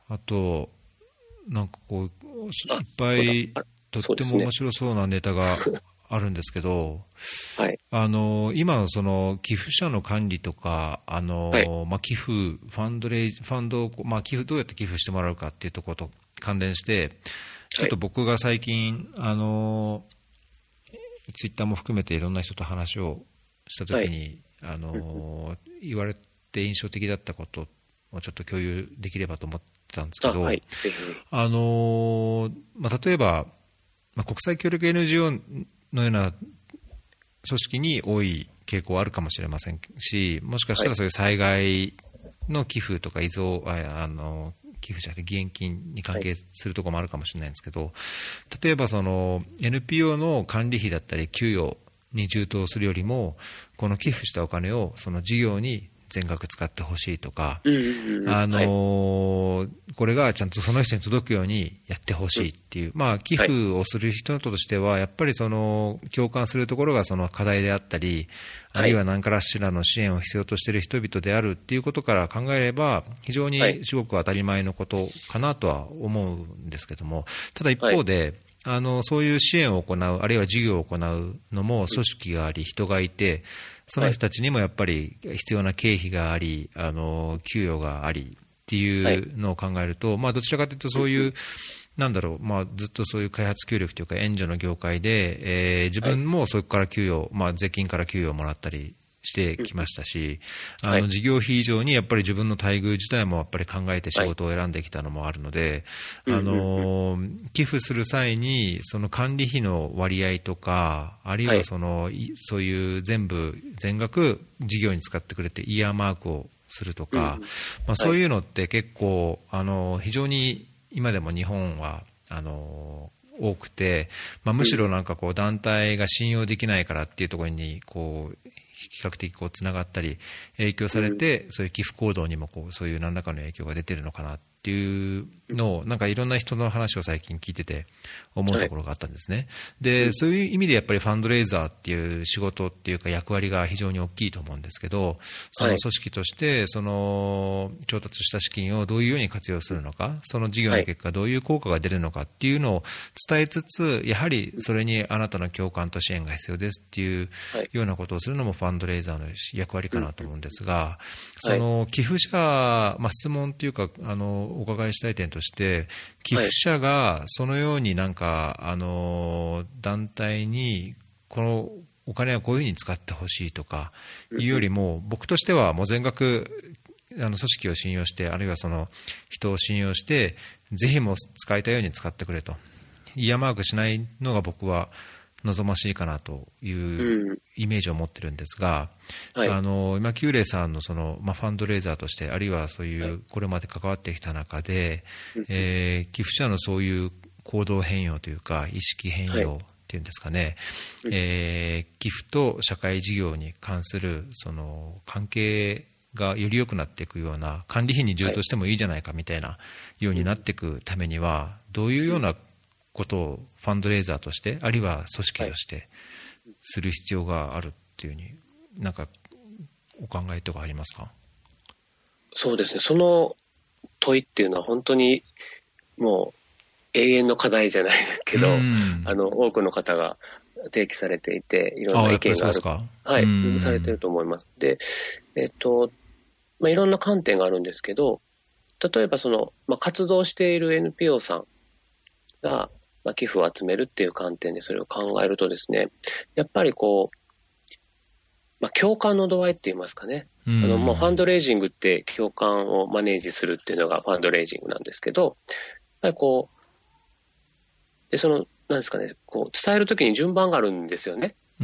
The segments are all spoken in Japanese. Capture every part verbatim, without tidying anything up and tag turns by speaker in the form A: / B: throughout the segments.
A: あとなんかこういっぱいとっても面白そうなネタがあるんですけど、はい、あの今のその寄付者の管理とか、あの、はい、まあ、寄付ファンドレイファンドを、まあ、寄付どうやって寄付してもらうかっていうところと関連してちょっと僕が最近、はい、あのツイッターも含めていろんな人と話をしたときに、はい、あの言われて印象的だったことをちょっと共有できればと思ってたんですけど、あ、はい、あのまあ、例えば、まあ、国際協力 エヌジーオー のような組織に多い傾向はあるかもしれませんし、もしかしたらそういう災害の寄付とか遺贈、ああの寄付じゃなくて義援金に関係するところもあるかもしれないんですけど、例えばその エヌピーオー の管理費だったり給与に充当するよりもこの寄付したお金をその事業に全額使ってほしいとか、あのー、これがちゃんとその人に届くようにやってほしいっていう、まあ、寄付をする人としてはやっぱりその共感するところがその課題であったり、あるいは何からしらの支援を必要としている人々であるっていうことから考えれば非常にすごく当たり前のことかなとは思うんですけども、ただ一方で、あのそういう支援を行う、あるいは事業を行うのも組織があり人がいて、その人たちにもやっぱり必要な経費があり、あの給与がありっていうのを考えると、まあ、どちらかというとそういう、なんだろう、まあ、ずっとそういう開発協力というか援助の業界で、えー、自分もそこから給与、まあ、税金から給与をもらったりしてきましたし、あの事業費以上にやっぱり自分の待遇自体もやっぱり考えて仕事を選んできたのもあるので、あの寄付する際にその管理費の割合とか、あるいはそのそういう全部全額事業に使ってくれてイヤーマークをするとか、まあ、そういうのって結構あの非常に今でも日本はあの多くて、まあ、むしろなんかこう団体が信用できないからっていうところにこう比較的こうつながったり影響されて、そういう寄付行動にもこうそういう何らかの影響が出てるのかなっていうのをなんかいろんな人の話を最近聞いてて思うところがあったんですね。で、そういう意味でやっぱりファンドレイザーっていう仕事っていうか役割が非常に大きいと思うんですけど、その組織としてその調達した資金をどういうように活用するのか、その事業の結果どういう効果が出るのかっていうのを伝えつつ、やはりそれにあなたの共感と支援が必要ですっていうようなことをするのもファンドレイザーの役割かなと思うんですが、その寄付者、まあ、質問というかあのお伺いしたい点として、寄付者がそのようになんかあの団体にこのお金はこういうふうに使ってほしいとかいうよりも、僕としてはもう全額あの組織を信用して、あるいはその人を信用してぜひも使いたいように使ってくれと、イヤーマークしないのが僕は望ましいかなというイメージを持ってるんですが、うん、はい、あの今キューレイさんのその、まあ、ファンドレイザーとして、あるいはそういうこれまで関わってきた中で、はい、えー、寄付者のそういう行動変容というか意識変容っていうんですかね、はい、えー、寄付と社会事業に関するその関係がより良くなっていくような、管理費に充当してもいいじゃないかみたいなようになっていくためにはどういうようなことをファンドレイザーとして、あるいは組織としてする必要があるっていうふうになんかお考えとかありますか？
B: そうですね、その問いっていうのは本当にもう永遠の課題じゃないですけど、あの多くの方が提起されていて、いろんな意見がある、はい、されていると思います。で、えっとまあ、いろんな観点があるんですけど、例えばその、まあ、活動している エヌピーオー さんがまあ、寄付を集めるっていう観点でそれを考えるとですね、やっぱりこう、まあ、共感の度合いって言いますかね、うん、あのまあ、ファンドレイジングって共感をマネージするっていうのがファンドレイジングなんですけど、やっぱりこうでそのなんですかね、こう伝えるときに順番があるんですよね、うん、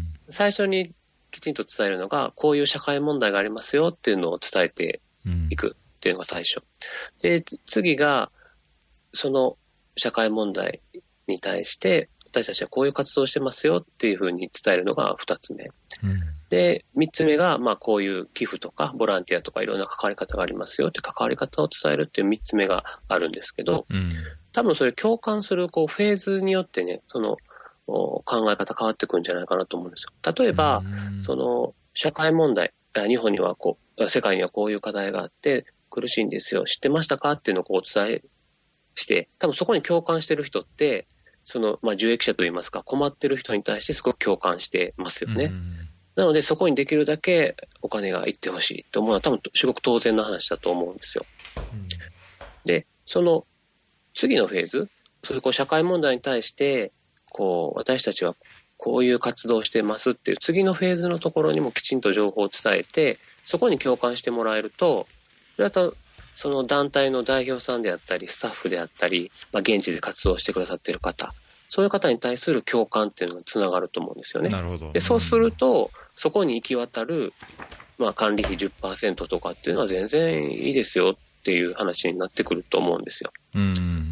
B: 最初にきちんと伝えるのがこういう社会問題がありますよっていうのを伝えていくっていうのが最初で、次がその社会問題に対して私たちはこういう活動をしてますよっていうふうに伝えるのがふたつめ、うん、でみっつめがまあこういう寄付とかボランティアとかいろんな関わり方がありますよって関わり方を伝えるっていうみっつめがあるんですけど、うん、多分それ共感するこうフェーズによってね、その考え方変わってくるんじゃないかなと思うんですよ。例えば、うん、その社会問題、日本にはこう世界にはこういう課題があって苦しいんですよ、知ってましたかっていうのをこうお伝えして、多分そこに共感してる人って、その、まあ、受益者といいますか、困ってる人に対してすごく共感してますよね。うん、なので、そこにできるだけお金がいってほしいと思うのは、多分すごく当然な話だと思うんですよ。うん、で、その次のフェーズ、そういうこう社会問題に対して、こう私たちはこういう活動をしてますっていう次のフェーズのところにもきちんと情報を伝えて、そこに共感してもらえると、あとその団体の代表さんであったり、スタッフであったり、まあ、現地で活動してくださっている方、そういう方に対する共感っていうのがつながると思うんですよね。
A: なるほど。
B: で、そうすると、そこに行き渡る、まあ、管理費 じゅっパーセント とかっていうのは全然いいですよっていう話になってくると思うんですよ。うん、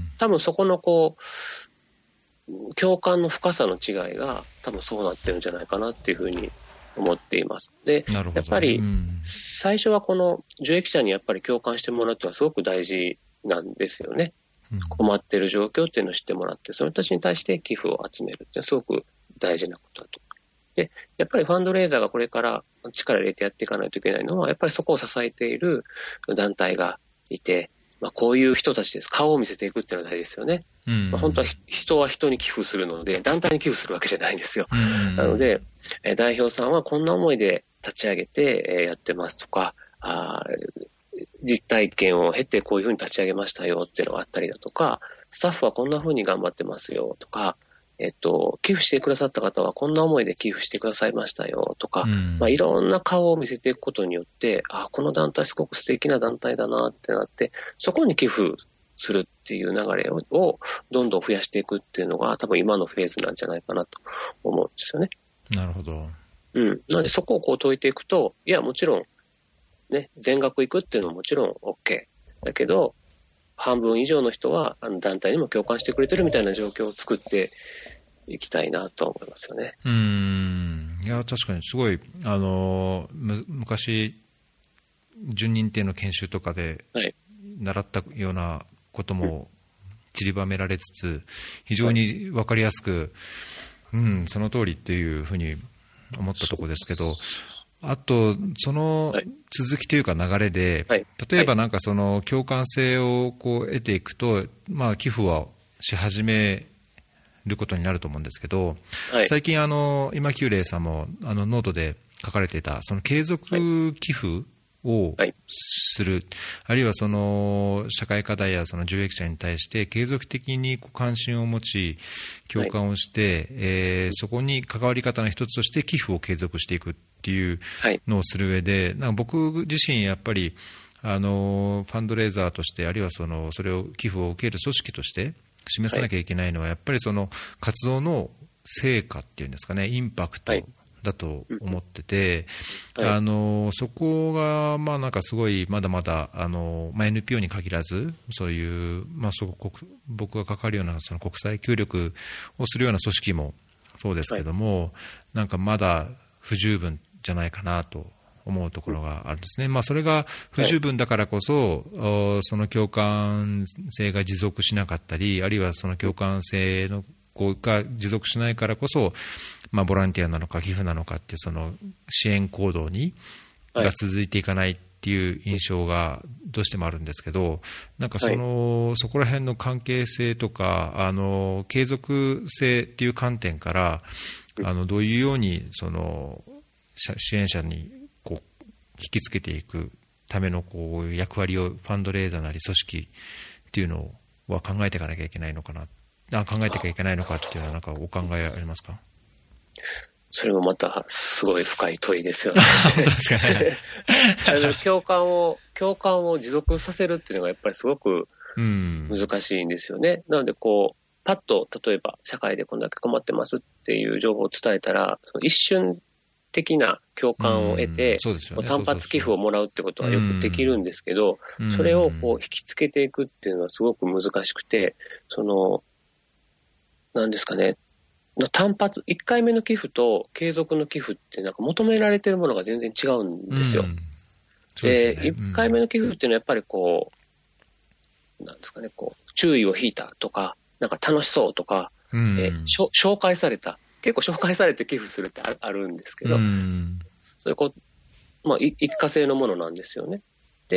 B: 多分そこのこう、共感の深さの違いが多分そうなってるんじゃないかなっていうふうに思っています。で、やっぱり最初はこの受益者にやっぱり共感してもらうっていうのはすごく大事なんですよね。うん、困っている状況っていうのを知ってもらって、その人たちに対して寄付を集めるっていうのはすごく大事なことだと。で、やっぱりファンドレイザーがこれから力を入れてやっていかないといけないのは、やっぱりそこを支えている団体がいて、まあ、こういう人たちです。顔を見せていくっていうのは大事ですよね。うんまあ、本当は人は人に寄付するので、団体に寄付するわけじゃないんですよ。うんなので、え代表さんはこんな思いで立ち上げて、えやってますとか、あ実体験を経てこういうふうに立ち上げましたよっていうのがあったりだとか、スタッフはこんなふうに頑張ってますよとか、えっと、寄付してくださった方はこんな思いで寄付してくださいましたよとか、うんまあ、いろんな顔を見せていくことによって、あ、この団体すごく素敵な団体だなってなって、そこに寄付するっていう流れををどんどん増やしていくっていうのが多分今のフェーズなんじゃないかなと思うんですよね。
A: なるほど。
B: うん。なのでそこをこう解いていくと、いやもちろんね、全額いくっていうのももちろん OK。だけど、半分以上の人はあの団体にも共感してくれてるみたいな状況を作っていきたいなと思いますよね。
A: うーん。いや、確かにすごい、あの、む昔、準認定の研修とかで習ったようなことも散りばめられつつ、非常に分かりやすく、うん、その通りっていうふうに思ったところですけど、あと、その続きというか流れで、はい、例えばなんかその共感性をこう得ていくと、まあ、寄付はし始めることになると思うんですけど、はい、最近あの今久礼さんもあのノートで書かれていたその継続寄付をする、はい、あるいはその社会課題やその受益者に対して継続的に関心を持ち共感をして、はいえー、そこに関わり方の一つとして寄付を継続していくっていうのをする上で、なんか僕自身やっぱりあのファンドレイザーとして、あるいはそのそれを寄付を受ける組織として示さなきゃいけないのは、やっぱりその活動の成果っていうんですかね、インパクトだと思ってて、はい、あのそこがまあなんかすごいまだまだあの、まあ、エヌピーオー に限らずそういう、まあ、そこ僕が関わるようなその国際協力をするような組織もそうですけども、はい、なんかまだ不十分じゃないかなと思うところがあるんですね。まあ、それが不十分だからこそ、はい、その共感性が持続しなかったり、あるいはその共感性のが持続しないからこそ、まあ、ボランティアなのか寄付なのかっていうその支援行動にが続いていかないっていう印象がどうしてもあるんですけど、なんかその、はい、そこら辺の関係性とかあの継続性っていう観点からあのどういうようにその支援者にこう引きつけていくためのこう役割をファンドレイザーなり組織っていうのは考えていかなきゃいけないのかな、考えていかなきゃいけないのかっていうのはなんかお考えありますか？
B: それもまたすごい深い問いですよね。
A: 本当ですかね。
B: あの共感を共感を持続させるっていうのがやっぱりすごく難しいんですよね。うん、なのでこうパッと例えば社会でこんだけ困ってますっていう情報を伝えたら、その一瞬的な共感を得て、うんね、単発寄付をもらうってことはよくできるんですけど、うん、それをこう引きつけていくっていうのはすごく難しくて、そのなんですかね、単発いっかいめの寄付と継続の寄付ってなんか求められているものが全然違うんですよ。うん、で、ね、いっかいめの寄付っていうのはやっぱりこうなんですかね、こう注意を引いたとか、なんか楽しそうとか、うんえー、紹介された、結構紹介されて寄付するってあるんですけど、うん、そういうこう、まあ、一過性のものなんですよね。で、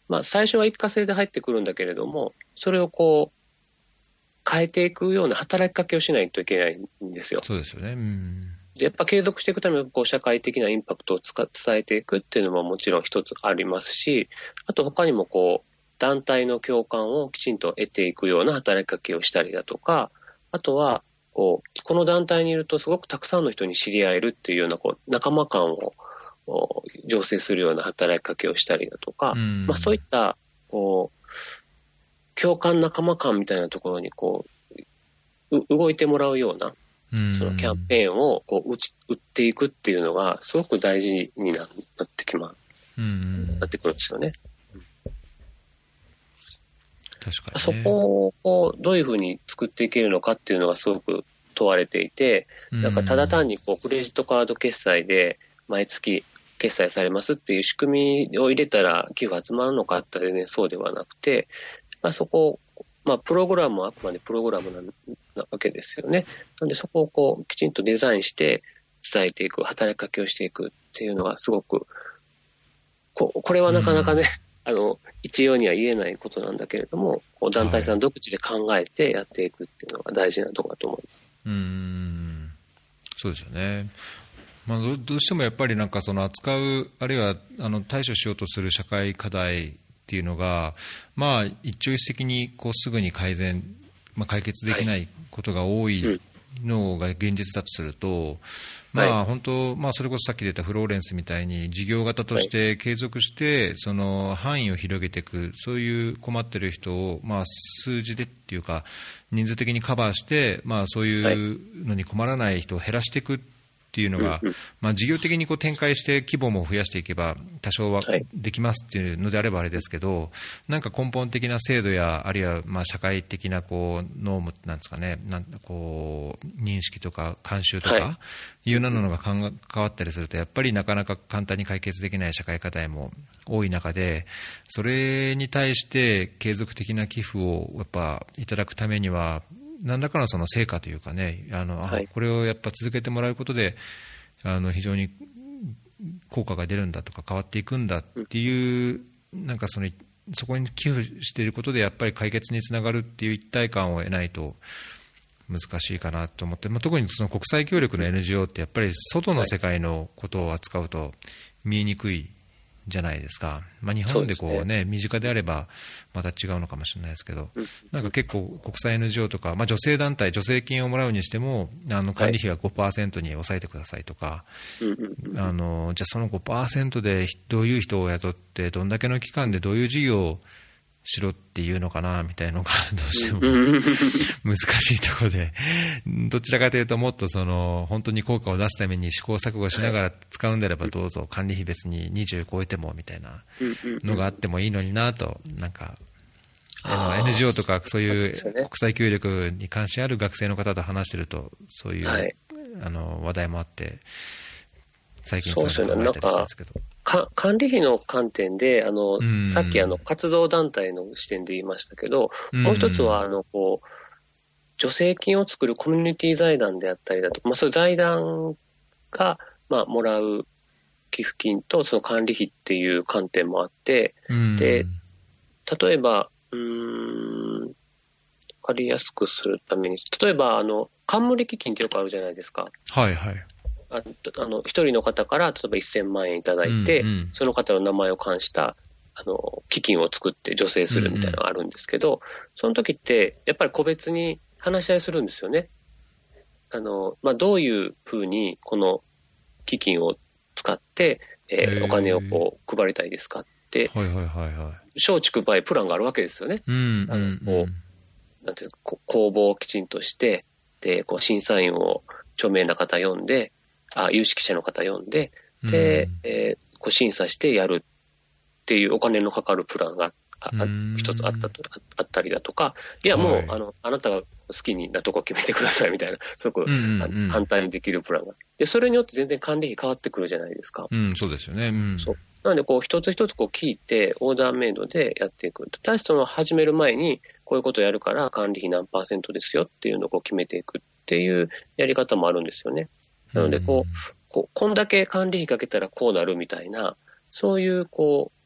B: まあ、最初は一過性で入ってくるんだけれども、それをこう変えていくような働きかけをしないといけないんですよ。
A: そうですよね。うん、
B: でやっぱ継続していくためにこう社会的なインパクトを伝えていくっていうのももちろん一つありますし、あと他にもこう団体の共感をきちんと得ていくような働きかけをしたりだとか、あとはこうこの団体にいるとすごくたくさんの人に知り合えるっていうようなこう仲間感を醸成するような働きかけをしたりだとか、うんまあ、そういったこう共感仲間感みたいなところにこう動いてもらうような、うん、そのキャンペーンをこう打ち打っていくっていうのがすごく大事に な, なってきま、うん、なってくるんですよね。
A: 確かにね、
B: そこをこうどういうふうに作っていけるのかっていうのがすごく問われていて、なんかただ単にこうクレジットカード決済で毎月決済されますっていう仕組みを入れたら寄付集まるのかってね、そうではなくて、まあ、そこを、まあ、プログラムはあくまでプログラム な, なわけですよね。なのでそこをこうきちんとデザインして伝えていく、働きかけをしていくっていうのがすごく こ, これはなかなかね、うん、あの一様には言えないことなんだけれども、こう団体さん独自で考えてやっていくっていうのが大事なところだと思います。
A: うーん、そうですよね。まあ、ど, どうしてもやっぱりなんかその扱うあるいはあの対処しようとする社会課題っていうのが、まあ、一朝一夕にこうすぐに改善、まあ、解決できないことが多いのが現実だとすると、まあ、本当、まあ、それこそさっき出たフローレンスみたいに事業型として継続してその範囲を広げていく、そういう困っている人を、まあ、数字でっていうか人数的にカバーして、まあ、そういうのに困らない人を減らしていくっていうのが、まあ、事業的にこう展開して規模も増やしていけば多少はできますっていうのであればあれですけど、なんか根本的な制度やあるいはまあ社会的なこうノームなんですかね、なんこう認識とか慣習とかいうようなのが変わったりするとやっぱりなかなか簡単に解決できない社会課題も多い中で、それに対して継続的な寄付をやっぱいただくためには何らかのその成果というかね、あの、はい、これをやっぱ続けてもらうことであの非常に効果が出るんだとか変わっていくんだっていう、なんかそのそこに寄付していることでやっぱり解決につながるっていう一体感を得ないと難しいかなと思って、まあ、特にその国際協力の エヌジーオー ってやっぱり外の世界のことを扱うと見えにくいじゃないですか。まあ、日本でこう、ねね、身近であればまた違うのかもしれないですけど、なんか結構国際 エヌジーオー とか、まあ、女性団体助成金をもらうにしてもあの管理費は ごパーセント に抑えてくださいとか、あのじゃあその ごパーセント でどういう人を雇ってどんだけの期間でどういう事業をしろっていうのかなみたいなのがどうしても難しいところで、どちらかというともっとその本当に効果を出すために試行錯誤しながら使うんであればどうぞ管理費別ににじゅう超えてもみたいなのがあってもいいのになと、なんかあの エヌジーオー とかそういう国際協力に関心ある学生の方と話してるとそういう、はい、あの話題もあって最近そういうのを考えたりしたんですけど、
B: か管理費の観点であの、うん、さっきあの活動団体の視点で言いましたけど、うん、もう一つはあのこう助成金を作るコミュニティ財団であったりだとか、まあ、そういう財団が、まあ、もらう寄付金とその管理費っていう観点もあって、うん、で例えばうーん分かりやすくするために、例えばあの冠基金ってよくあるじゃないですか。
A: はいはい。
B: ああの一人の方から例えばせんまんえんいただいて、うんうん、その方の名前を冠したあの基金を作って助成するみたいなのがあるんですけど、うんうん、その時ってやっぱり個別に話し合いするんですよね。あの、まあ、どういうふうにこの基金を使って、えー、お金をこう配りたいですかって、
A: はいはいはいはい、
B: 松竹梅プランがあるわけですよね。
A: うんうんうん、
B: あのこうなんていうか公募をきちんとしてでこう審査員を著名な方呼んであ有識者の方呼んで、で、うんえー、こう審査してやるっていうお金のかかるプランがあ一つあったとあったりだとか、いやもう、はい、あのあなたが好きなとこ決めてくださいみたいな、すごく、うんうんうん、簡単にできるプランがで、それによって全然管理費変わってくるじゃないですか。
A: うん、そうですよね。うん、
B: そうなのでこう一つ一つこう聞いてオーダーメイドでやっていく。ただしその始める前にこういうことをやるから管理費何パーセントですよっていうのをこう決めていくっていうやり方もあるんですよね。なのでこう、こうこんだけ管理費かけたらこうなるみたいな、そういうこう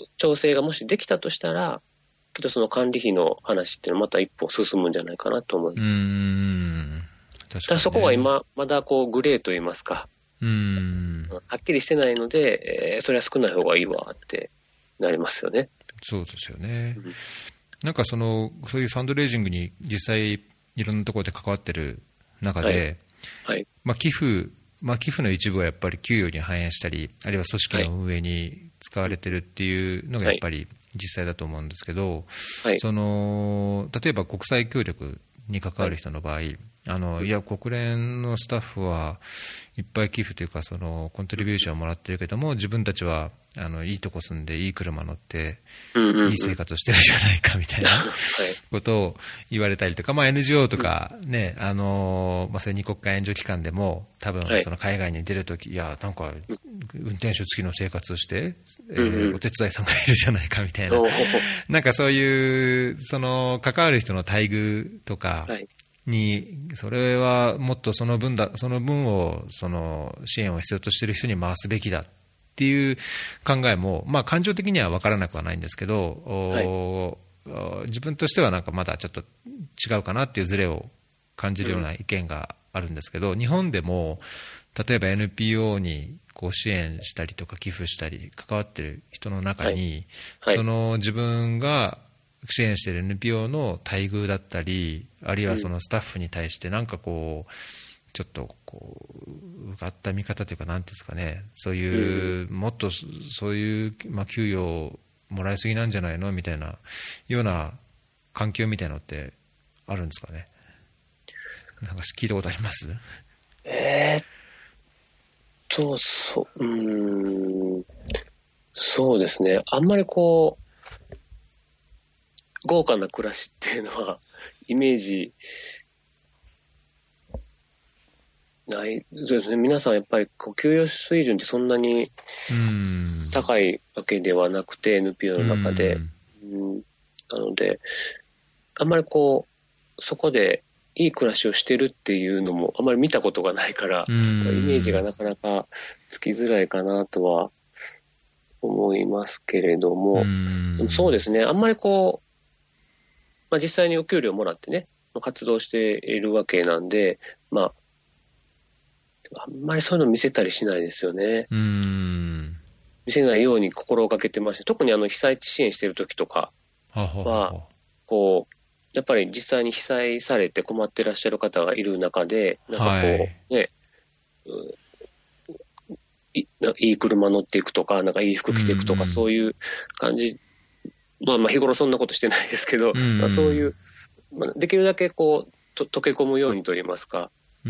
B: 調整がもしできたとしたら、きっとその管理費の話っていうのはまた一歩進むんじゃないかなと思います。
A: うーん、確かにね、
B: ただそこは今、まだこうグレーといいますか、
A: うーん、
B: はっきりしてないので、えー、それは少ない方がいいわってなりますよね。
A: そうですよね。うん、なんかその、そういうファンドレイジングに実際いろんなところで関わってる中で、はいはい、まあ、寄付、まあ、寄付の一部はやっぱり給与に反映したり、あるいは組織の運営に使われてるっていうのがやっぱり実際だと思うんですけど、はい、その例えば国際協力に関わる人の場合、はい、あのいや国連のスタッフはいっぱい寄付というかそのコントリビューションをもらってるけども、自分たちはあのいいとこ住んでいい車乗っていい生活をしてるじゃないかみたいなことを言われたりとか、まあ、エヌジーオー とか、ね、あのまあ、それに国家援助機関でも多分その海外に出るとき、いやなんか運転手付きの生活をして、えー、お手伝いさんがいるじゃないかみたいな、なんかそういうその関わる人の待遇とかに、それはもっとその分だその分をその支援を必要としている人に回すべきだっていう考えも、まあ、感情的には分からなくはないんですけど、はい、自分としてはなんかまだちょっと違うかなっていうズレを感じるような意見があるんですけど、うん、日本でも例えば エヌピーオー にこう支援したりとか寄付したり関わっている人の中に、はいはい、その自分が支援している エヌピーオー の待遇だったり、あるいはそのスタッフに対してなんかこうちょっとこううがった見方というか、なんていうんですかね、そういう、うん、もっとそういう、まあ、給与をもらいすぎなんじゃないのみたいなような環境みたいなのってあるんですかね。なんか聞いたことあります？
B: えー、っとそ う, ーんそうですね、あんまりこう豪華な暮らしっていうのはイメージない。そうですね。皆さんやっぱりこう給与水準ってそんなに高いわけではなくて、 エヌピーオー の中で、うん、なのであんまりこうそこでいい暮らしをしてるっていうのもあんまり見たことがないから、イメージがなかなかつきづらいかなとは思いますけれども、でもそうですね、あんまりこう、まあ、実際にお給料もらってね活動しているわけなんで、まああんまりそういうの見せたりしないですよね。
A: うーん、
B: 見せないように心がけてまして、特にあの被災地支援している時とかは、ははこうやっぱり実際に被災されて困ってらっしゃる方がいる中で、なんかこう、はい、ね、い, いい車乗っていくとか、なんかいい服着ていくとか、そういう感じ、まあまあ日頃そんなことしてないですけど、まあ、そういう、まあ、できるだけこうと溶け込むようにといいますか、
A: うん、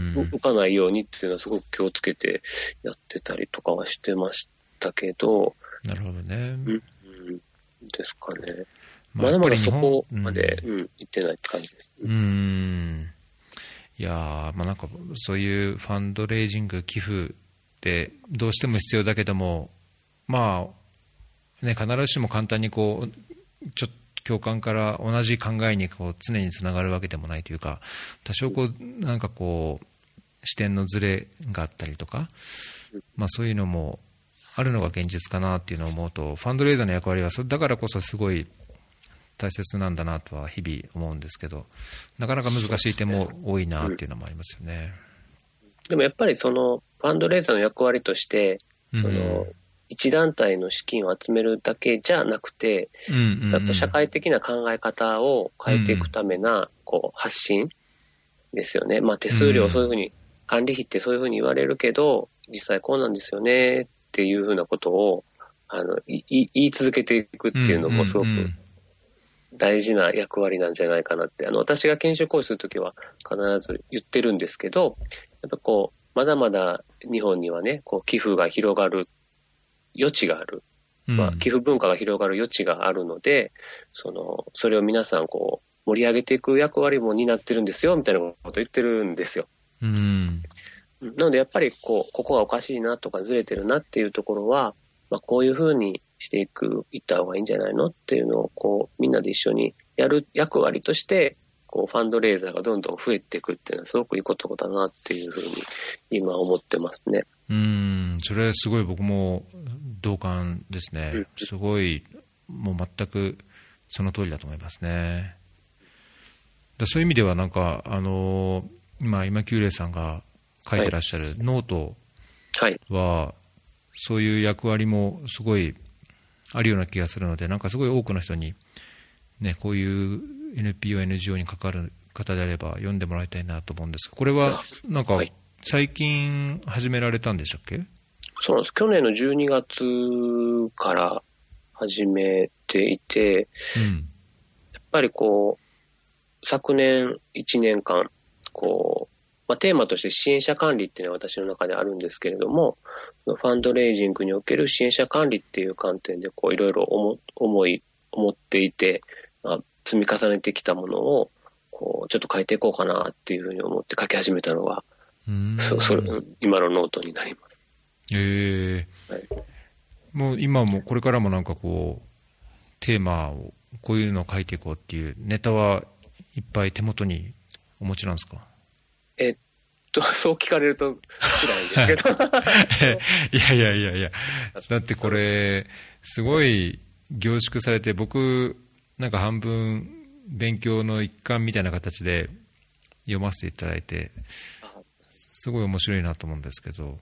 B: 浮かないようにっていうのはすごく気をつけてやってたりとかはしてましたけど。
A: なるほどね。うん、
B: うん、ですかね。まだまだそこまで、うんうん、行ってないって感じです。
A: うーん、いやー、まあ、なんかそういうファンドレイジング、寄付ってどうしても必要だけども、まあね、必ずしも簡単にこうちょっと共感から同じ考えにこう常につながるわけでもないというか、多少こうなんかこう視点のずれがあったりとか、まあ、そういうのもあるのが現実かなっていうのを思うと、ファンドレイザーの役割はだからこそすごい大切なんだなとは日々思うんですけど、なかなか難しい点も多いなっていうのもありますよね。
B: うん、でもやっぱりそのファンドレイザーの役割としてその、うん、一団体の資金を集めるだけじゃなくて、うんうんうん、やっぱ社会的な考え方を変えていくためなこう発信ですよね。まあ、手数料そういうふうに、うん、管理費ってそういうふうに言われるけど実際こうなんですよねっていうふうなことをあのい言い続けていくっていうのもすごく大事な役割なんじゃないかなって、あの私が研修講師するときは必ず言ってるんですけど、やっぱこうまだまだ日本にはねこう寄付が広がる余地がある、まあ、寄付文化が広がる余地があるので、そのそれを皆さんこう盛り上げていく役割も担ってるんですよみたいなことを言ってるんですよ。
A: うん、
B: なのでやっぱりこうここがおかしいなとかずれてるなっていうところは、まあ、こういうふうにしていくいった方がいいんじゃないのっていうのをこうみんなで一緒にやる役割としてこうファンドレイザーがどんどん増えていくっていうのはすごくいいことだなっていうふうに今思ってますね。
A: うん、それはすごい僕も同感ですね、うん、すごい、もう全くその通りだと思いますね。だそういう意味では、なんか、あのー、今、今久礼さんが書いてらっしゃるノートは、はい、そういう役割もすごいあるような気がするので、なんかすごい多くの人に、ね、こういう エヌピーオー、エヌジーオー に関わる方であれば読んでもらいたいなと思うんですが、これはなんか最近始められたんでしたっけ？
B: そうなんです。去年のじゅうにがつから始めていて、うん、やっぱりこう昨年いちねんかんこう、まあ、テーマとして支援者管理っていうのは私の中であるんですけれども、ファンドレイジングにおける支援者管理っていう観点でこういろいろ思思い思っていて、まあ、積み重ねてきたものをこうちょっと変えていこうかなっていうふうに思って書き始めたのが、そそれ今のノートになります。
A: えーはい、もう今もこれからもなんかこうテーマをこういうのを書いていこうっていうネタはいっぱい手元にお持ちなんですか？
B: えっとそう聞かれると嫌いですけど
A: いやいやいやいや、だってこれすごい凝縮されて、僕なんか半分勉強の一環みたいな形で読ませていただいて、すごい面白いなと思うんですけど。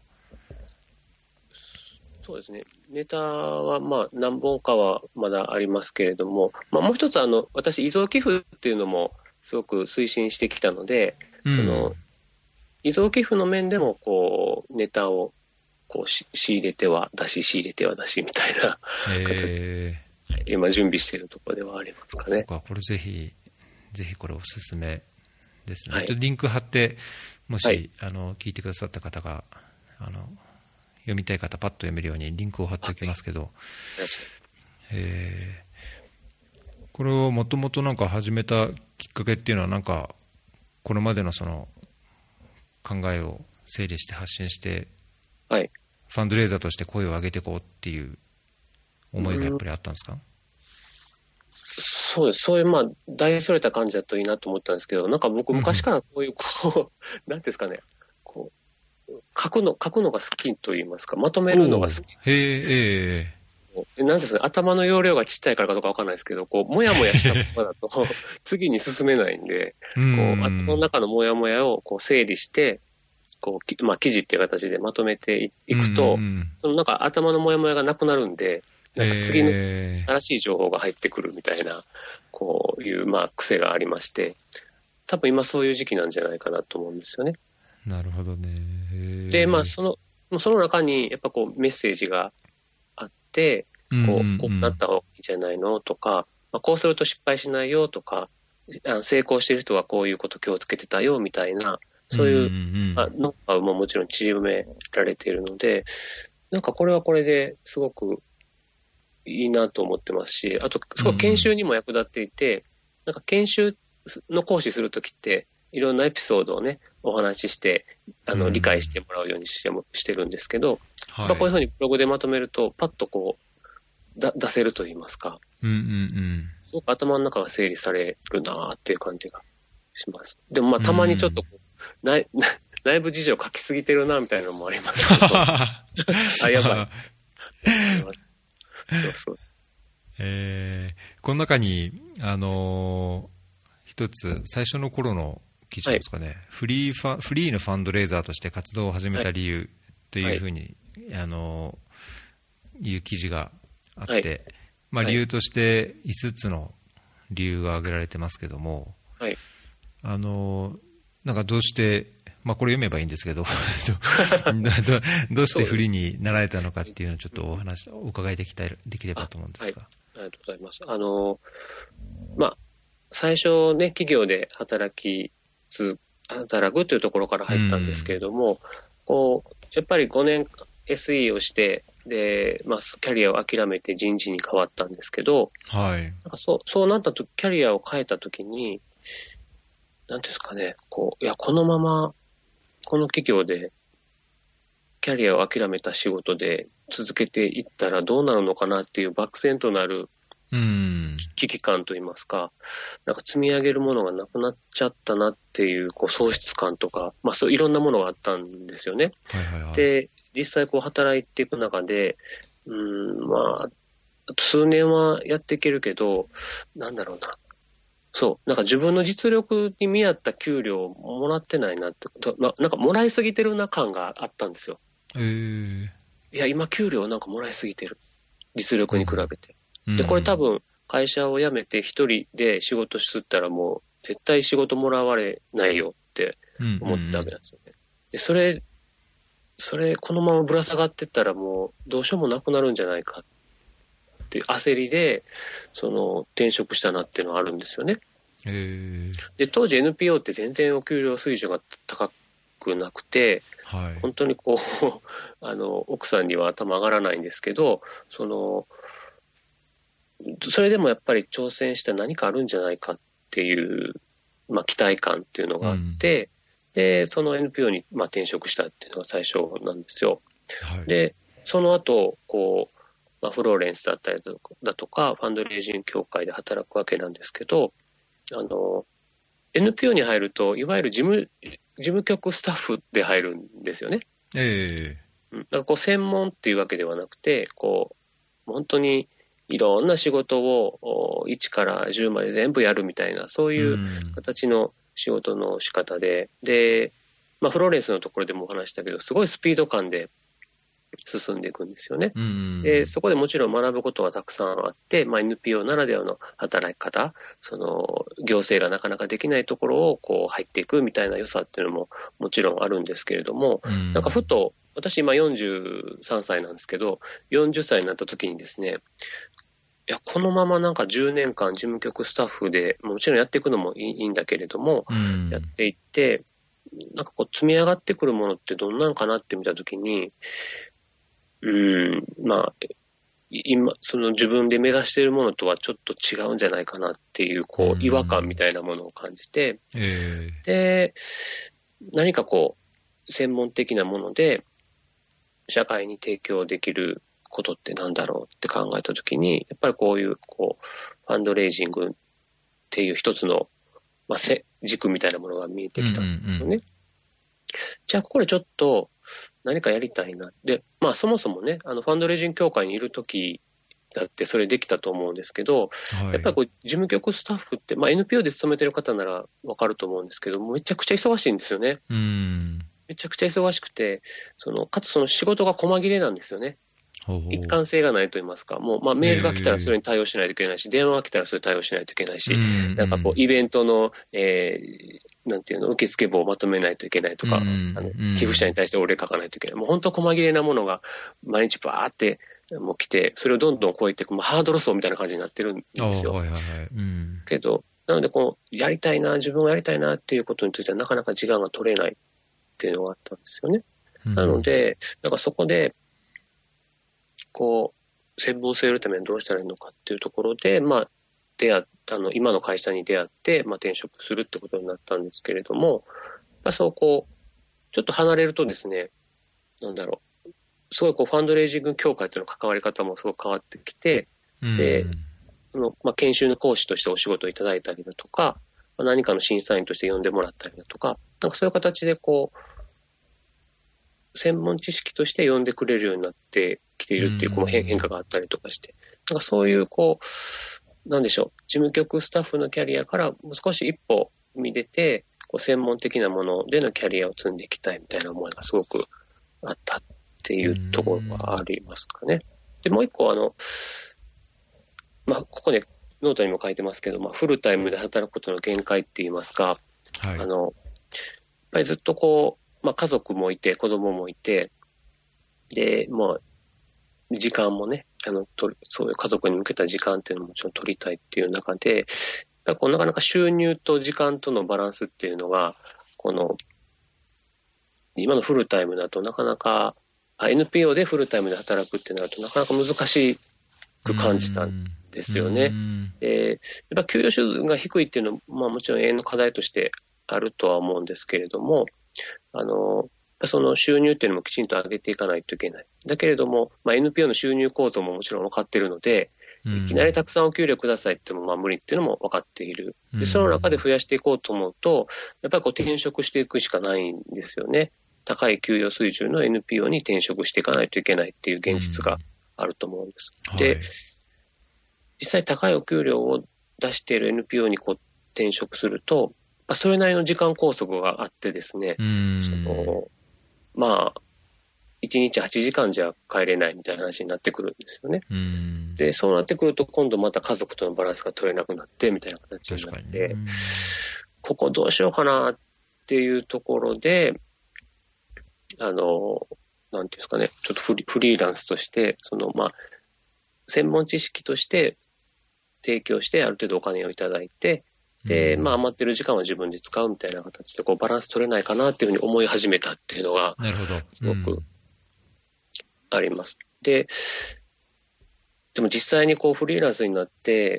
B: そうですね、ネタはまあ何本かはまだありますけれども、まあ、もう一つあの私遺贈寄付っていうのもすごく推進してきたので、うん、その遺贈寄付の面でもこうネタをこうし仕入れては出し仕入れては出しみたいな形で、はい、今準備しているところではありますかね。
A: そうか、これぜひぜひこれおすすめですね、はい、ちょっとリンク貼って、もし、はい、あの聞いてくださった方があの読みたい方パッと読めるようにリンクを貼っておきますけど、はい、えー、これをもともとなんか始めたきっかけっていうのは、なんかこれまでのその考えを整理して発信して、はい、ファンドレイザーとして声を上げていこうっていう思いがやっぱりあったんですか？うん、
B: そうです。そういうまあ大それた感じだといいなと思ったんですけど、なんか僕昔からこういうこうなんていうんですかね、こう書くの書くのが好きと言いますか、まとめるのが好き。
A: へえ。
B: なんですかね、頭の容量がちっちゃいからかどうかわかんないですけど、こうもやもやしたままだと次に進めないんで、こう頭の中のもやもやをこう整理して、こうまあ記事っていう形でまとめていくと、そのなんか頭のもやもやがなくなるんで、なんか次の新しい情報が入ってくるみたいなこういうまあ癖がありまして、多分今そういう時期なんじゃないかなと思うんですよね。
A: なるほどね。
B: で、まあそのその中にやっぱこうメッセージがあって、こう、こうなった方がいいんじゃないのとか、まあ、こうすると失敗しないよとか、成功している人はこういうこと気をつけてたよみたいな、そういう、うんうん、まあ、ノウハウももちろん縮められているので、なんかこれはこれですごくいいなと思ってますし、あとすごい研修にも役立っていて、うん、なんか研修の講師するときっていろんなエピソードをねお話ししてあの理解してもらうようにしてもしてるんですけど、はい、まあ、こういうふうにブログでまとめるとパッとこうだ出せると言いますか、
A: うんうんうん、
B: すごく頭の中が整理されるなっていう感じがします。でもまあたまにちょっとこう、うん、内, 内部事情書きすぎてるなみたいなのもありますけどあ、やばいそうそうです、
A: えー、この中にあのー、一つ最初の頃の記事ですかね、はい、フリーファフリーのファンドレイザーとして活動を始めた理由というふうに、はい、あのー、いう記事があって、はい、まあ、理由としていつつの理由が挙げられてますけども、はい、あのなんかどうして、まあ、これ読めばいいんですけどど, どうしてフリーになられたのかっていうのをちょっとお話お伺いできたできればと思うんですが。
B: あ、はい、ありがとうございます。あの、まあ、最初ね企業で働きつ働くというところから入ったんですけれども、こうやっぱりごねん エスイー をしてで、まあ、キャリアを諦めて人事に変わったんですけど、はい、なんかそう、そうなったとキャリアを変えたときに、なんですかね、こう、いや、このまま、この企業で、キャリアを諦めた仕事で続けていったらどうなるのかなっていう漠然となる危機感といいますか、なんか積み上げるものがなくなっちゃったなっていう、こう喪失感とか、まあそういろんなものがあったんですよね。はいはいはい、で実際こう働いていく中で、 うん、まあ、数年はやっていけるけど、なんだろうな。そう。なんか自分の実力に見合った給料をもらってないなってこと、まあ、なんかもらいすぎてるな感があったんですよ。
A: へー。
B: いや、今給料なんかもらいすぎてる。実力に比べて。うん、で、これ多分会社を辞めて一人で仕事しったらもう絶対仕事もらわれないよって思ったわけなんですよね。で、それ、それこのままぶら下がってったらもうどうしようもなくなるんじゃないかって焦りで、その転職したなっていうのはあるんですよね。
A: へー。
B: で、当時 エヌピーオー って全然お給料水準が高くなくて、はい、本当にこうあの奥さんには頭上がらないんですけど、そのそれでもやっぱり挑戦して何かあるんじゃないかっていう、まあ、期待感っていうのがあって、うん、でその エヌピーオー にまあ転職したっていうのが最初なんですよ。はい、でその後こう、まあ、フローレンスだったりだとかファンドレイジング協会で働くわけなんですけど、あの エヌピーオー に入るといわゆる事務事務局スタッフで入るんですよね。
A: え
B: ー、だからこう専門っていうわけではなくて、こう本当にいろんな仕事をいちからじゅうまで全部やるみたいな、そういう形の仕事の仕方で、うん、で、まあ、フローレンスのところでもお話したけど、すごいスピード感で進んでいくんですよね。うん、で、そこでもちろん学ぶことはたくさんあって、まあ、エヌピーオー ならではの働き方、その行政がなかなかできないところをこう入っていくみたいな良さっていうのももちろんあるんですけれども、うん、なんかふと、私今よんじゅうさんさいなんですけど、よんじゅっさいになった時にですね、いや、このままなんかじゅうねんかん事務局スタッフで、もちろんやっていくのもいいんだけれども、うん、やっていって、なんかこう積み上がってくるものってどんなのかなって見たときに、うーん、まあ、今、その自分で目指しているものとはちょっと違うんじゃないかなっていう、こう、違和感みたいなものを感じて、
A: うんえー、
B: で、何かこう、専門的なもので、社会に提供できることってなんだろうって考えたときに、やっぱりこういう、こう、ファンドレイジングっていう一つの、まあ、軸みたいなものが見えてきたんですよね。うんうんうん、じゃあ、これちょっと何かやりたいな。で、まあ、そもそもね、あの、ファンドレイジング協会にいるときだってそれできたと思うんですけど、はい、やっぱりこう、事務局スタッフって、まあ、エヌピーオー で勤めてる方ならわかると思うんですけど、めちゃくちゃ忙しいんですよね。
A: うん
B: めちゃくちゃ忙しくて、その、かつその仕事が細切れなんですよね。一貫性がないと言いますか、もう、まあ、メールが来たらそれに対応しないといけないし、電話が来たらそれに対応しないといけないし、なんかこう、イベントの、えー、なんていうの、受付簿をまとめないといけないとか、あの寄付者に対してお礼書かないといけない。もう本当細切れなものが毎日バーってもう来て、それをどんどん超えていく、まあ、ハードル層みたいな感じになってるんですよ。
A: はいはいはいうん、
B: けど、なのでこう、やりたいな、自分がやりたいなっていうことについてはなかなか時間が取れないっていうのがあったんですよね。うん、なので、なんかそこで、こう、専門性を得るためにどうしたらいいのかっていうところで、まあ、出会あの、今の会社に出会って、まあ、転職するってことになったんですけれども、まあ、そうこう、ちょっと離れるとですね、なんだろう、すごいこう、ファンドレイジング協会との関わり方もすごく変わってきて、で、その、まあ、研修の講師としてお仕事をいただいたりだとか、まあ、何かの審査員として呼んでもらったりだとか、なんかそういう形でこう、専門知識として呼んでくれるようになってきているっていうこの変化があったりとかして、なんかそういうこう、なんでしょう、事務局スタッフのキャリアからもう少し一歩踏み出て、こう専門的なものでのキャリアを積んでいきたいみたいな思いがすごくあったっていうところがありますかね。で、もう一個あの、まあ、ここでノートにも書いてますけど、まあ、フルタイムで働くことの限界って言いますか、はい、あの、やっぱりずっとこう、まあ、家族もいて、子供もいて、で、まあ、時間もね、あの、とそういう家族に向けた時間っていうのももちろん取りたいっていう中で、こうなかなか収入と時間とのバランスっていうのが、この、今のフルタイムだとなかなか、エヌピーオー でフルタイムで働くってなるとなかなか難しく感じたんですよね。で、やっぱ給与収入が低いっていうのは、まあもちろん永遠の課題としてあるとは思うんですけれども、あの、その収入っていうのもきちんと上げていかないといけない。だけれども、まあ、エヌピーオー の収入構造ももちろん分かっているので、いきなりたくさんお給料くださいってもまあ無理っていうのも分かっている。で、その中で増やしていこうと思うと、やっぱりこう転職していくしかないんですよね。高い給与水準の エヌピーオー に転職していかないといけないっていう現実があると思うんです。
A: はい、
B: で、実際高いお給料を出している エヌピーオー にこう転職すると、それなりの時間拘束があってですね、
A: うん
B: そのまあ、いちにちはちじかんじゃ帰れないみたいな話になってくるんですよね。
A: うん
B: で、そうなってくると今度また家族とのバランスが取れなくなってみたいな形になって、ね、ここどうしようかなっていうところで、あの、なんていうんですかね、ちょっとフリ、フリーランスとして、そのまあ、専門知識として提供してある程度お金をいただいて、で、まあ余ってる時間は自分で使うみたいな形でこうバランス取れないかなっていうふうに思い始めたっていうのが、
A: なるほど。
B: すごくあります。で、でも実際にこうフリーランスになって、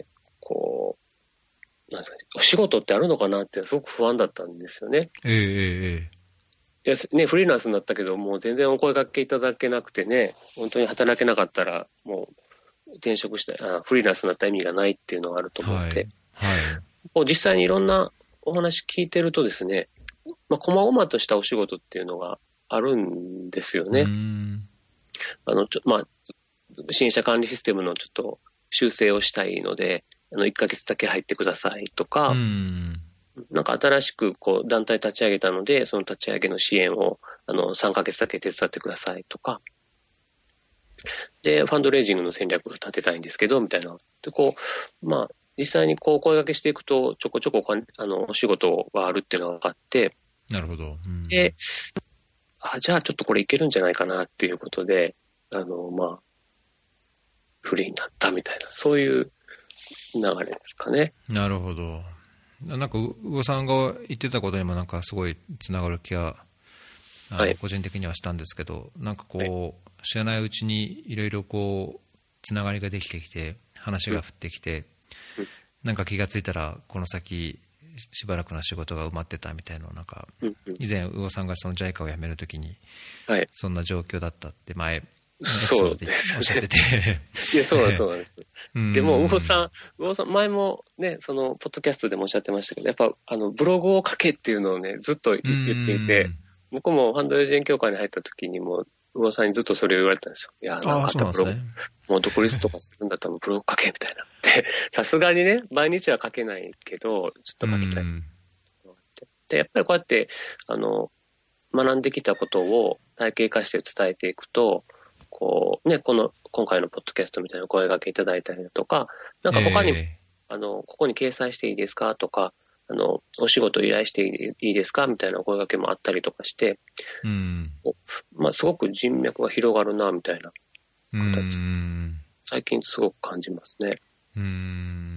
B: こう、なんですかね、お仕事ってあるのかなってすごく不安だったんですよね。
A: ええええ。
B: いやね、フリーランスになったけど、もう全然お声掛けいただけなくてね、本当に働けなかったら、もう転職したあ、フリーランスになった意味がないっていうのがあると思って、はいはい、こう実際にいろんなお話聞いてるとですね、まあ、細々としたお仕事っていうのがあるんですよね。うんあのちょまあ、新車管理システムのちょっと修正をしたいので、あのいっかげつだけ入ってくださいとか、うんなんか新しくこう団体立ち上げたので、その立ち上げの支援をあのさんかげつだけ手伝ってくださいとか、で、ファンドレイジングの戦略を立てたいんですけど、みたいな。で、こう、まあ、実際にこう声掛けしていくと、ちょこちょこあのお仕事があるっていうのが分かって、
A: なるほど。うん、
B: で、あ、じゃあちょっとこれいけるんじゃないかなっていうことで、あの、まあ、フリーになったみたいな、そういう流れですかね。
A: なるほど。なんか、魚さんが言ってたことにもなんかすごいつながる気が、あの、はい、個人的にはしたんですけど、なんかこう、はい、知らないうちにいろいろこう、つながりができてきて、話が降ってきて、うん、なんか気がついたら、この先、しばらくの仕事が埋まってたみたいなのをなんか、うんうん、以前、魚さんがその ジャイカ を辞めるときに、はい、そんな状況だったって前、
B: そうですね、
A: おっしゃってて
B: いやそうなんです、そうなんです。でも、魚さん、魚さん、前もね、その、ポッドキャストでもおっしゃってましたけど、やっぱ、あの、ブログを書けっていうのをね、ずっと言っていて、僕もファンドエージェント協会に入った時にも、魚さんにずっとそれを言われたんですよ。いや、なんかあったブログ、ね、もう独立とかするんだったらブログ書けみたいな。で、さすがにね、毎日は書けないけど、ちょっと書きたい。で、やっぱりこうやって、あの、学んできたことを体系化して伝えていくと、こうね、この今回のポッドキャストみたいな声掛けいただいたりだとか、なんか他に、えー、あのここに掲載していいですかとか、あのお仕事依頼していいですかみたいな声掛けもあったりとかして、うんまあ、すごく人脈が広がるなみたいな形、うん、最近すごく感じますね。
A: うん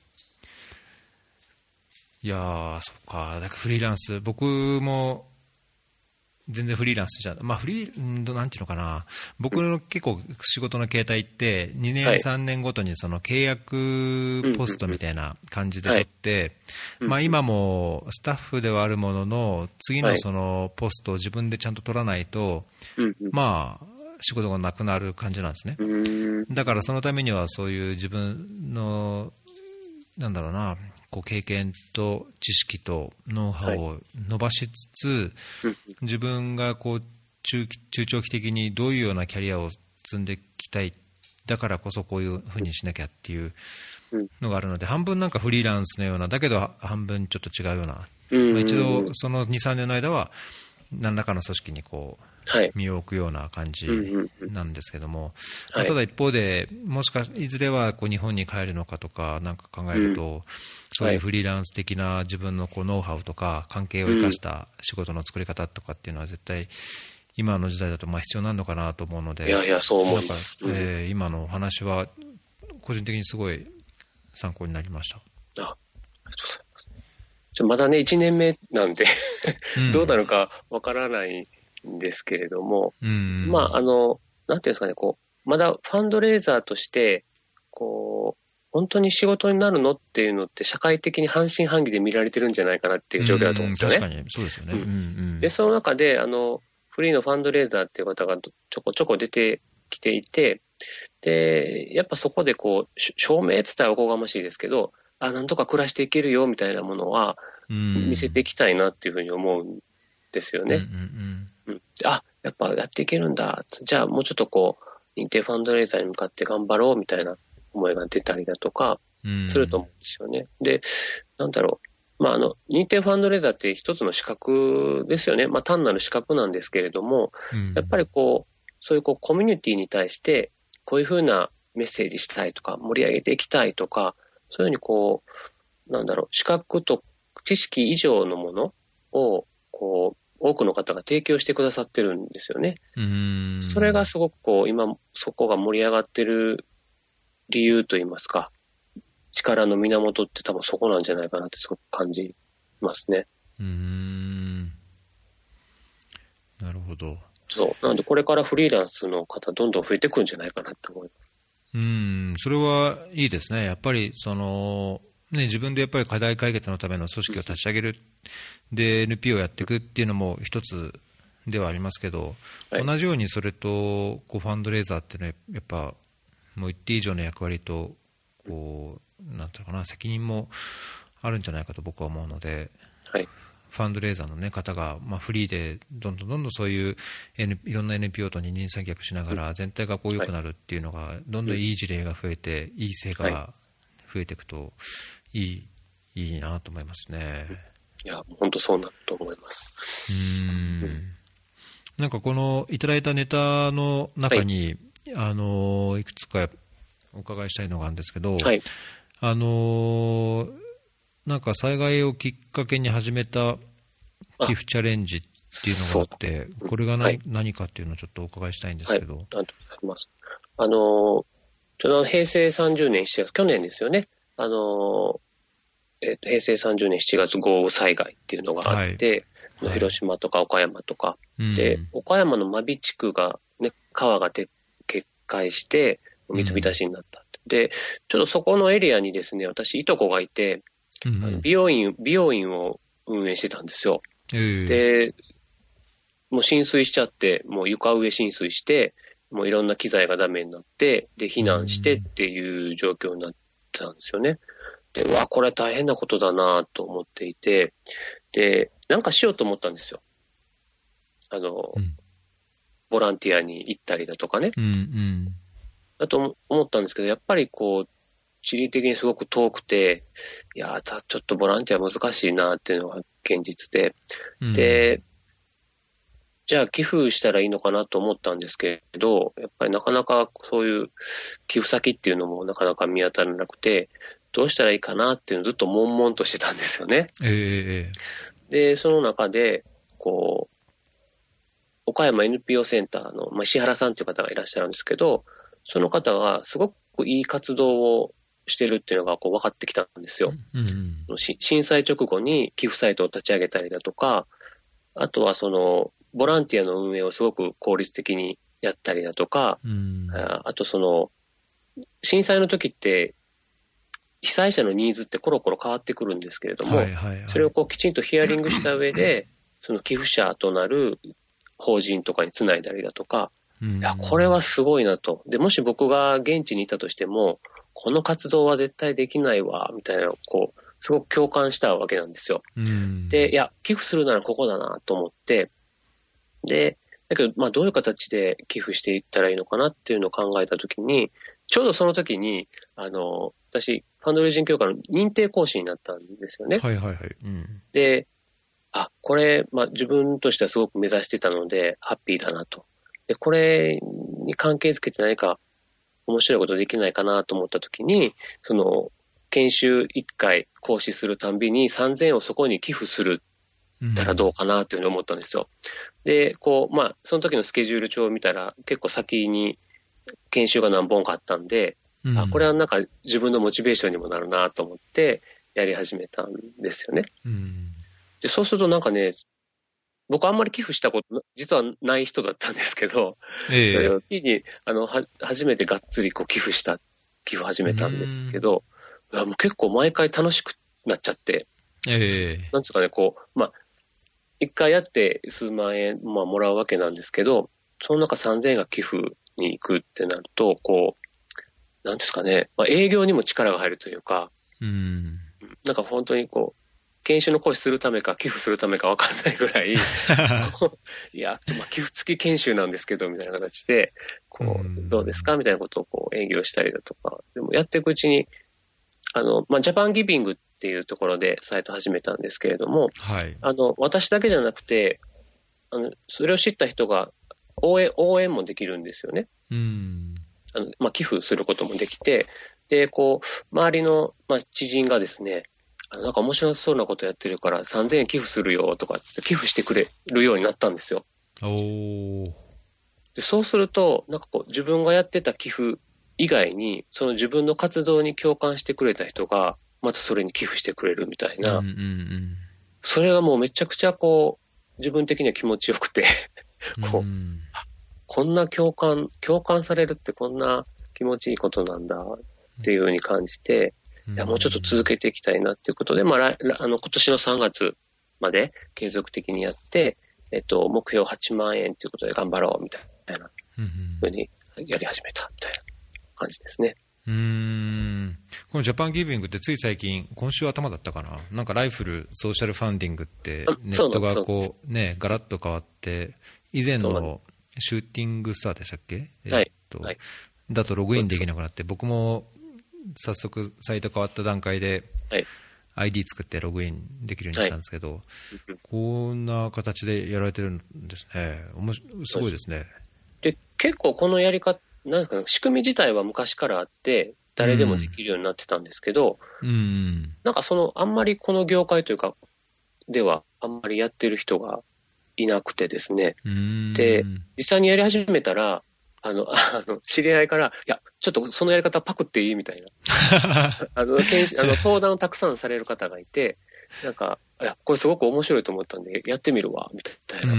A: いやー、そっか、だからフリーランス、僕も全然フリーランスじゃ、まあフリー、なんていうのかな、僕の結構仕事の形態ってにねんさんねんごとにその契約ポストみたいな感じで取って、まあ今もスタッフではあるものの次のそのポストを自分でちゃんと取らないと、まあ仕事がなくなる感じなんですね。だからそのためにはそういう自分のなんだろうな、こう経験と知識とノウハウを伸ばしつつ、はい、自分がこう 中, 中長期的にどういうようなキャリアを積んでいきたい、だからこそこういうふうにしなきゃっていうのがあるので、半分なんかフリーランスのような、だけど半分ちょっと違うような、まあ、一度そのにさんねんの間は何らかの組織にこう身を置くような感じなんですけども、まあ、ただ一方でもしかいずれはこう日本に帰るのかとかなんか考えると、そういうフリーランス的な自分のこうノウハウとか関係を生かした仕事の作り方とかっていうのは絶対今の時代だとまあ必要なのかなと思うので、
B: いやいやそう思います、
A: なんか、えー、今のお話は個人的にすごい参考になりました。
B: あ、ありがとうございます。ちょまだねいちねんめなんでどうなるかわからないんですけれども、うん、まああのなんていうんですかね、こうまだファンドレイザーとしてこう本当に仕事になるのっていうのって社会的に半信半疑で見られてるんじゃないかなっていう状況だと思うんですよね。
A: 確かにそうですよね。うんうん、
B: でその中であのフリーのファンドレイザーっていう方がちょこちょこ出てきていて、でやっぱそこでこう証明伝えはおこがましいですけど、あなんとか暮らしていけるよみたいなものは見せていきたいなっていうふうに思うんですよね。うんうんうんうん、あやっぱやっていけるんだ、じゃあもうちょっとこ認定ファンドレイザーに向かって頑張ろうみたいな思いが出たりだとかすると思うんですよね。で、なんだろう。まあ、あの、認定ファンドレイザーって一つの資格ですよね。まあ、単なる資格なんですけれども、やっぱりこう、そういうこうコミュニティに対して、こういうふうなメッセージしたいとか、盛り上げていきたいとか、そういうふうにこう、なんだろう、資格と知識以上のものを、こう、多くの方が提供してくださってるんですよね。
A: うーん、
B: それがすごくこう、今、そこが盛り上がってる理由といいますか、力の源って多分そこなんじゃないかなってすごく感じますね。
A: うーん、なるほど。
B: そう。なので、これからフリーランスの方、どんどん増えてくるんじゃないかなって思います。
A: うん、それはいいですね。やっぱり、その、ね、自分でやっぱり課題解決のための組織を立ち上げる、で、エヌピーオー をやっていくっていうのも一つではありますけど、はい、同じようにそれと、こう、ファンドレーザーっていうのは、やっぱ、もう一定以上の役割と、こう、なんていうのかな、責任もあるんじゃないかと僕は思うので、
B: はい、
A: ファンドレーザーの、ね、方が、まあ、フリーでどんどんどんどんそういう、N、いろんな エヌピーオー と二人三脚しながら全体がこう良くなるっていうのが、どんどんいい事例が増えて、いい成果が増えていくといい、いいなと思いますね。
B: いや、本当そうなると思います。
A: うーん、なんかこのいただいたネタの中に、はい、あのいくつかお伺いしたいのがあるんですけど、
B: はい、
A: あのなんか災害をきっかけに始めた寄付チャレンジっていうのがあって、これが 何,、はい、何かっていうのをちょっとお伺いしたいんですけど。はい、
B: ありがとうございます。あの、ちょうど平成さんじゅうねんしちがつ、去年ですよね。あの、えっと、平成さんじゅうねんしちがつ豪雨災害っていうのがあって、はい、広島とか岡山とか、はい、で、岡山の真備地区が、ね、川が決壊して水浸しになった、うん。で、ちょっとそこのエリアにですね、私、いとこがいて、うん、美容院、美容院を運営してたんですよ。えー、で、もう浸水しちゃって、もう床上浸水して、もういろんな機材がダメになって、で、避難してっていう状況になってたんですよね。で、うわ、これ大変なことだなと思っていて、で、なんかしようと思ったんですよ。あの、うん、ボランティアに行ったりだとかね。
A: うんうん、
B: だと思ったんですけど、やっぱりこう、地理的にすごく遠くて、いやー、ちょっとボランティア難しいなっていうのが現実で、うん、で、じゃあ寄付したらいいのかなと思ったんですけど、やっぱりなかなかそういう寄付先っていうのもなかなか見当たらなくて、どうしたらいいかなっていうのをずっと悶々としてたんですよね。
A: え
B: ー、で、その中で、こう、岡山 エヌピーオー センターの、まあ、石原さんという方がいらっしゃるんですけど、その方がすごくいい活動をしてるっていうのがこう分かってきたんですよ、
A: うんうん、
B: 震災直後に寄付サイトを立ち上げたりだとか、あとはそのボランティアの運営をすごく効率的にやったりだとか、
A: うん、
B: あとその震災の時って被災者のニーズってコロコロ変わってくるんですけれども、
A: はいはいはい、
B: それをこうきちんとヒアリングした上でその寄付者となる法人とかにつないだりだとか、
A: うん、
B: いやこれはすごいなと。でもし僕が現地にいたとしてもこの活動は絶対できないわみたいな、こうすごく共感したわけなんですよ、
A: うん、
B: で、いや寄付するならここだなと思って、でだけどまあどういう形で寄付していったらいいのかなっていうのを考えたときに、ちょうどその時にあの私ファンドレイジング協会の認定講師になったんですよね。
A: はいはいはい、うん、
B: で、あこれ、まあ、自分としてはすごく目指してたのでハッピーだなと。でこれに関係づけて何か面白いことできないかなと思ったときに、その研修いっかい講師するたんびにさんぜんえんをそこに寄付するったらどうかなというふうに思ったんですよ。うん、で、こう、まあ、その時のスケジュール帳を見たら結構先に研修が何本かあったんで、うん、あこれはなんか自分のモチベーションにもなるなと思ってやり始めたんですよね。
A: うん、
B: でそうするとなんかね、僕あんまり寄付したこと実はない人だったんですけど、えー、それを機にあのは初めてがっつりこう寄付した寄付始めたんですけど、いやもう結構毎回楽しくなっちゃって、
A: えー、
B: なんですかね、こうまあ一回やって数万円、まあ、もらうわけなんですけど、その中さんぜんえんが寄付に行くってなると、こうなんですかね、まあ、営業にも力が入るというか、
A: うん、
B: なんか本当にこう研修の講師するためか寄付するためか分かんないぐらいいや、まあ、寄付付き研修なんですけどみたいな形でこうどうですかみたいなことをこう営業したりだとか、でもやっていくうちにあの、まあ、ジャパンギビングっていうところでサイト始めたんですけれども、
A: はい、
B: あの私だけじゃなくてあのそれを知った人が応援、応援もできるんですよね。
A: うん
B: あのまあ、寄付することもできて、でこう周りの、まあ、知人がですね、あのなんか面白そうなことやってるからさんぜんえん寄付するよとかって寄付してくれるようになったんですよ。
A: おー。
B: でそうするとなんかこう自分がやってた寄付以外にその自分の活動に共感してくれた人がまたそれに寄付してくれるみたいな、
A: うんうんうん、
B: それがもうめちゃくちゃこう自分的には気持ちよくてこう、うん、こんな共感共感されるってこんな気持ちいいことなんだっていうふうに感じて、うん、いやもうちょっと続けていきたいなっていうことで、まあ、あの今年のさんがつまで継続的にやって、えっと、目標はちまんえんということで頑張ろうみたいなふうにやり始めたみたいな感じですね。
A: うーん、このジャパンギビングってつい最近、今週頭だったかな、なんかライフルソーシャルファンディングってネットがこうねガラッと変わって、以前のシューティングスターでしたっけ、
B: はい、
A: えっと
B: はい、
A: だとログインできなくなって、僕も早速サイト変わった段階で アイディー 作ってログインできるようにしたんですけど、はい、こんな形でやられてるんですね。すごいですね。
B: で結構このやり方なんですかね、仕組み自体は昔からあって誰でもできるようになってたんですけど、
A: うん、
B: なんかそのあんまりこの業界というかではあんまりやってる人がいなくてですね、
A: うん、
B: で実際にやり始めたらあのあの知り合いからいやちょっとそのやり方パクっていいみたいなあの研修あの登壇をたくさんされる方がいて、なんかいやこれすごく面白いと思ったんでやってみるわみたいな、
A: うんうん、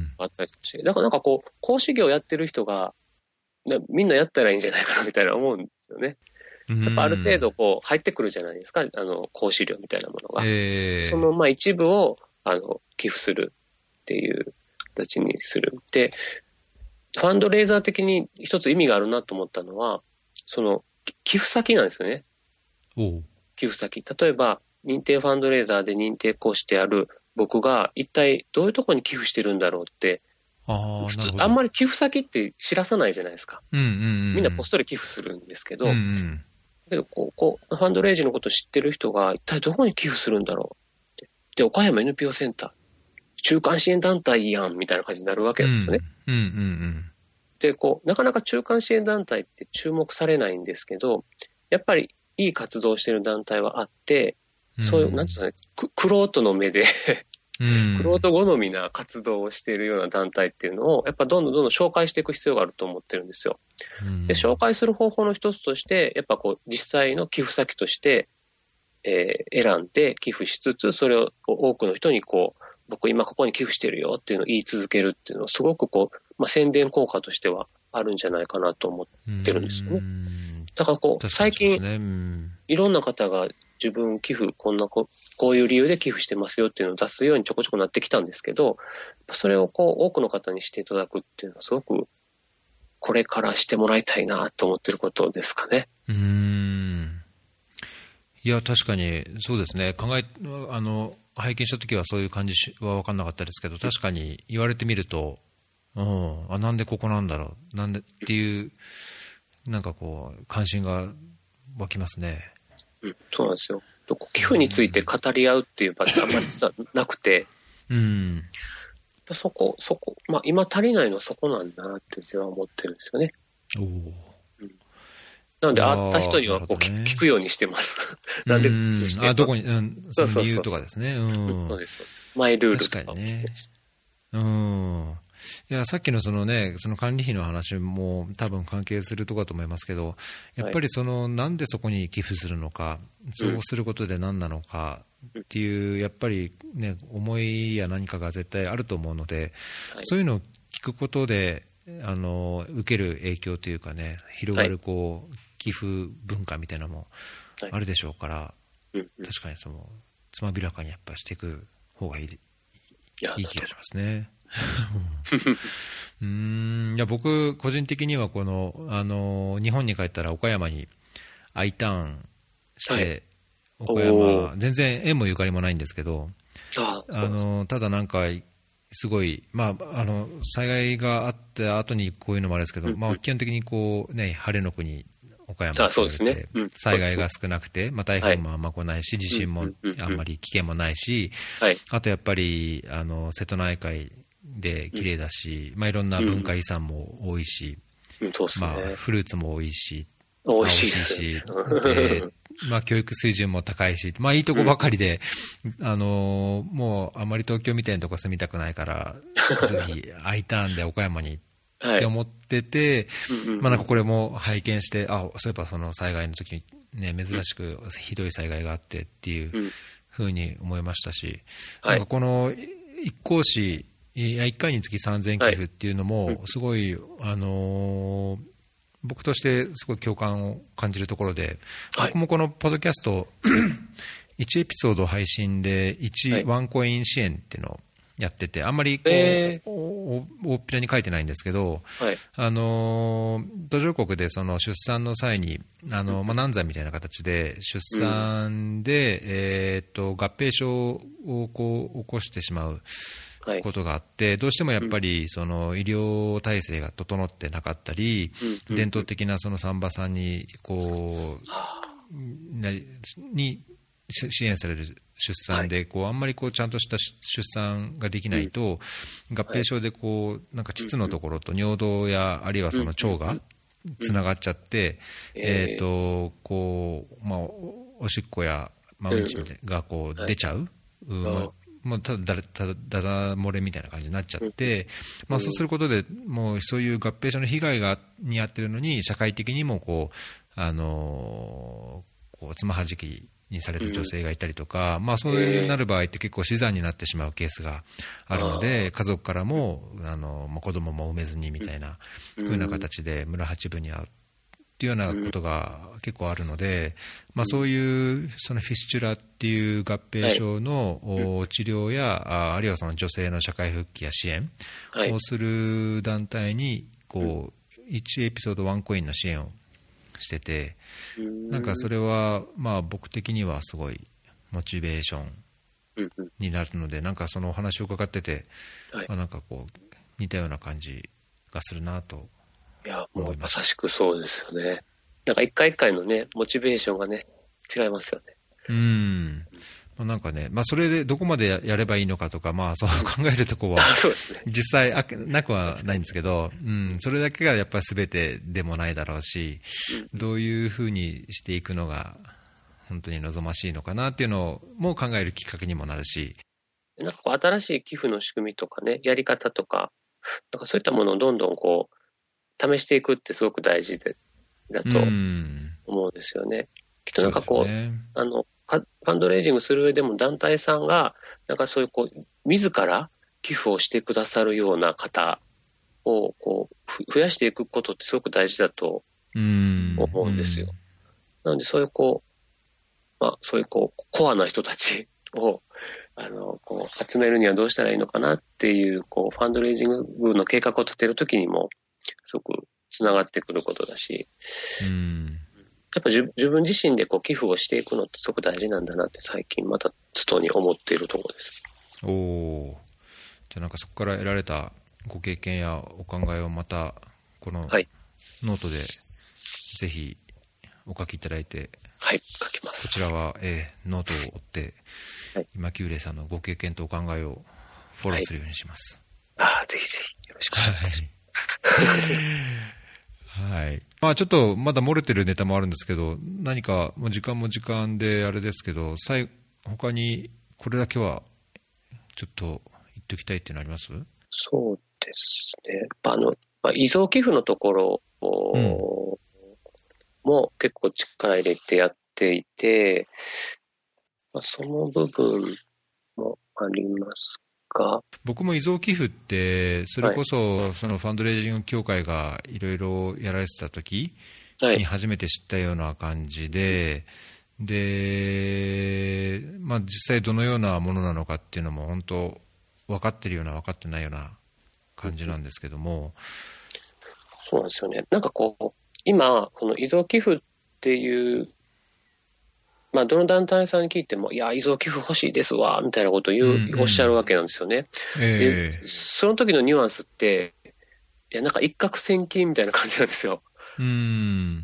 B: あったりして、だからなんかこう講師業やってる人がみんなやったらいいんじゃないかなみたいな思うんですよね。やっぱある程度こう入ってくるじゃないですか、あの講師料みたいなものが、
A: えー、
B: そのまあ一部をあの寄付するっていう形にする。でファンドレーザー的に一つ意味があるなと思ったのはその寄付先なんですよね。
A: お
B: 寄付先、例えば認定ファンドレーザーで認定講師である僕が一体どういうところに寄付してるんだろうって
A: あ
B: 普通あんまり寄付先って知らさないじゃないですか、
A: うんうんうん、
B: みんなこっそり寄付するんですけど、
A: うんうん、
B: けどこうこうファンドレイジのことを知ってる人が一体どこに寄付するんだろうって、で岡山 エヌピーオー センター中間支援団体やんみたいな感じになるわけですよね、
A: うんうんうん、
B: でこうなかなか中間支援団体って注目されないんですけど、やっぱりいい活動をしている団体はあって、そういう、うん、なんていうんですかね、く玄人の目で玄人好みな活動をしているような団体っていうのをやっぱどんどんどんどん紹介していく必要があると思ってるんですよ。で紹介する方法の一つとしてやっぱこう実際の寄付先として、えー、選んで寄付しつつ、それをこう多くの人にこう僕今ここに寄付してるよっていうのを言い続けるっていうのはすごくこう、まあ、宣伝効果としてはあるんじゃないかなと思ってるんですよね。だからこう最近、ね、いろんな方が自分寄付こんなここういう理由で寄付してますよっていうのを出すようにちょこちょこなってきたんですけど、それをこう多くの方にしていただくっていうのはすごくこれからしてもらいたいなと思ってることですかね。
A: うーん、いや確かにそうですね。考えあの拝見したときはそういう感じは分かんなかったですけど、確かに言われてみると、うん、あなんでここなんだろうなんでっていうなんかこう関心が湧きますね。
B: うん、そうなんですよ。寄付について語り合うっていう場ってあんまり実はなくて、
A: うん、
B: そこそこ、まあ、今足りないのはそこなんだなって自分は思ってるんですよね。
A: おー、
B: うん、なので会った人にはこう、ね、聞くようにしてます。
A: なんでしてあどこに、うん、その理由とかですね。うん、
B: そうですそうです。マイルールとかも
A: ね。うん、いやさっきのそのねその管理費の話も多分関係するところだと思いますけど、やっぱりその、はい、なんでそこに寄付するのか、そうすることで何なのかっていう、うん、やっぱりね思いや何かが絶対あると思うので、はい、そういうのを聞くことであの受ける影響というかね、広がるこう、はい、寄付文化みたいなのもあるでしょうから、はいうんうん、確かにそのつまびらかにやっぱしていく方がいいいい気がしますね。うーんいや僕個人的にはこのあの日本に帰ったら岡山に I ターンして、 岡山、全然縁もゆかりもないんですけど、ああのただなんか、すごい、まあ、あの災害があった後にこういうのもあるんですけど、うんうん、まあ、基本的にこう、ね、晴れの国、岡山って災害が少なくて、まあ、台風もあんま来ないし、地震もあんまり危険もないし、あとやっぱりあの瀬戸内海で綺麗だし、まあ、いろんな文化遺産も多いし、まあ、フルーツも多いし、
B: 美味しいし、
A: で、まあ、教育水準も高いし、まあ、いいとこばかりで、うん、あのもうあまり東京みたいなとこ住みたくないから、ぜひ I ターンで岡山にって思ってて、はい、まあ、なんかこれも拝見して、あ、そういえばその災害の時にね、珍しくひどい災害があってっていうふうに思いましたし、うん、なんかこの一講師、いっかいにつきさんぜん寄付っていうのも、すごい、あのー、僕としてすごい共感を感じるところで、はい、僕もこのポッドキャストいちエピソード配信でいちワンコイン支援っていうのをやってて、あんまりこう、えー、大っぴらに書いてないんですけど、はい、あの途上国でその出産の際にあの、まあ、難産みたいな形で出産で、うんえー、っと合併症をこう起こしてしまうことがあって、はい、どうしてもやっぱりその医療体制が整ってなかったり、うん、伝統的なその産婆さんにこうに支援される出産でこうあんまりこうちゃんとした出産ができないと、合併症でこうなんか膣のところと尿道やあるいはその腸がつながっちゃって、えーとこうまあおしっこやまあうんちがこう出ちゃう、もうただただだだ漏れみたいな感じになっちゃって、まあ、そうすることでもうそういう合併症の被害がに遭ってるのに社会的にもこうあのこうつまはじきにされる女性がいたりとか、まあ、そういうなる場合って結構死産になってしまうケースがあるので、家族からもあの、まあ、子供も産めずにみたいな風な形で村八分に遭うっていうようなことが結構あるので、まあ、そういうそのフィスチュラっていう合併症の治療や、あるいはその女性の社会復帰や支援をする団体にこういちエピソードワンコインの支援をしてて、なんかそれはまあ僕的にはすごいモチベーションになるので、なんかそのお話を伺ってて、まあ、なんかこう似たような感じがするなと。
B: いや、もうまさしくそうですよね。なんか一回一回のね、モチベーションがね、違いますよね。
A: うん。まあ、なんかね、まあ、それでどこまでやればいいのかとか、まあ、そう考えるとこは、
B: そうですね、
A: 実際あなくはないんですけど、うん、それだけがやっぱり全てでもないだろうし、うん、どういうふうにしていくのが本当に望ましいのかなっていうのも考えるきっかけにもなるし。
B: なんかこう新しい寄付の仕組みとかね、やり方とか、なんかそういったものをどんどんこう、試していくってすごく大事でだと思うんですよね。うん、きっとなんかこう、ね、あのファンドレイジングする上でも団体さんがなんかそういうこう自ら寄付をしてくださるような方をこう増やしていくことってすごく大事だと思うんですよ。うん、なのでそういうこう、まあそういうこうコアな人たちをあのこう集めるにはどうしたらいいのかなっていうこうファンドレイジングの計画を立てるときにもすごくつながってくることだし、うん、やっぱ 自, 自分自身でこう寄付をしていくのってすごく大事なんだなって最近またつとに思っているところです。
A: おお、じゃあなんかそこから得られたご経験やお考えをまたこのノートでぜひお書きいただいて、
B: はい、書きます。
A: こちらは、えー、ノートを追って、はい、今久礼さんのご経験とお考えをフォローするようにします。
B: はい、ああ、ぜひぜひよろしくお願いします。
A: はい、まあ、ちょっとまだ漏れてるネタもあるんですけど、何かもう時間も時間であれですけど、他にこれだけはちょっと言っておきたいっていうのあります？
B: そうですね、あの、まあ、遺贈寄付のところを、うん、も結構力入れてやっていて、まあ、その部分もありますか。
A: 僕も遺贈寄付ってそれこそそのファンドレイジング協会がいろいろやられてた時に初めて知ったような感じで、で、まあ、実際どのようなものなのかっていうのも本当分かってるような分かってないような感じなんですけども、
B: そうなんですよね。なんかこう今この遺贈寄付っていうまあ、どの団体さんに聞いても、いや、遺贈寄付欲しいですわ、みたいなことを言う、うんうん、おっしゃるわけなんですよね。えー、で、その時のニュアンスって、いや、なんか一攫千金みたいな感じなんですよ。
A: うん。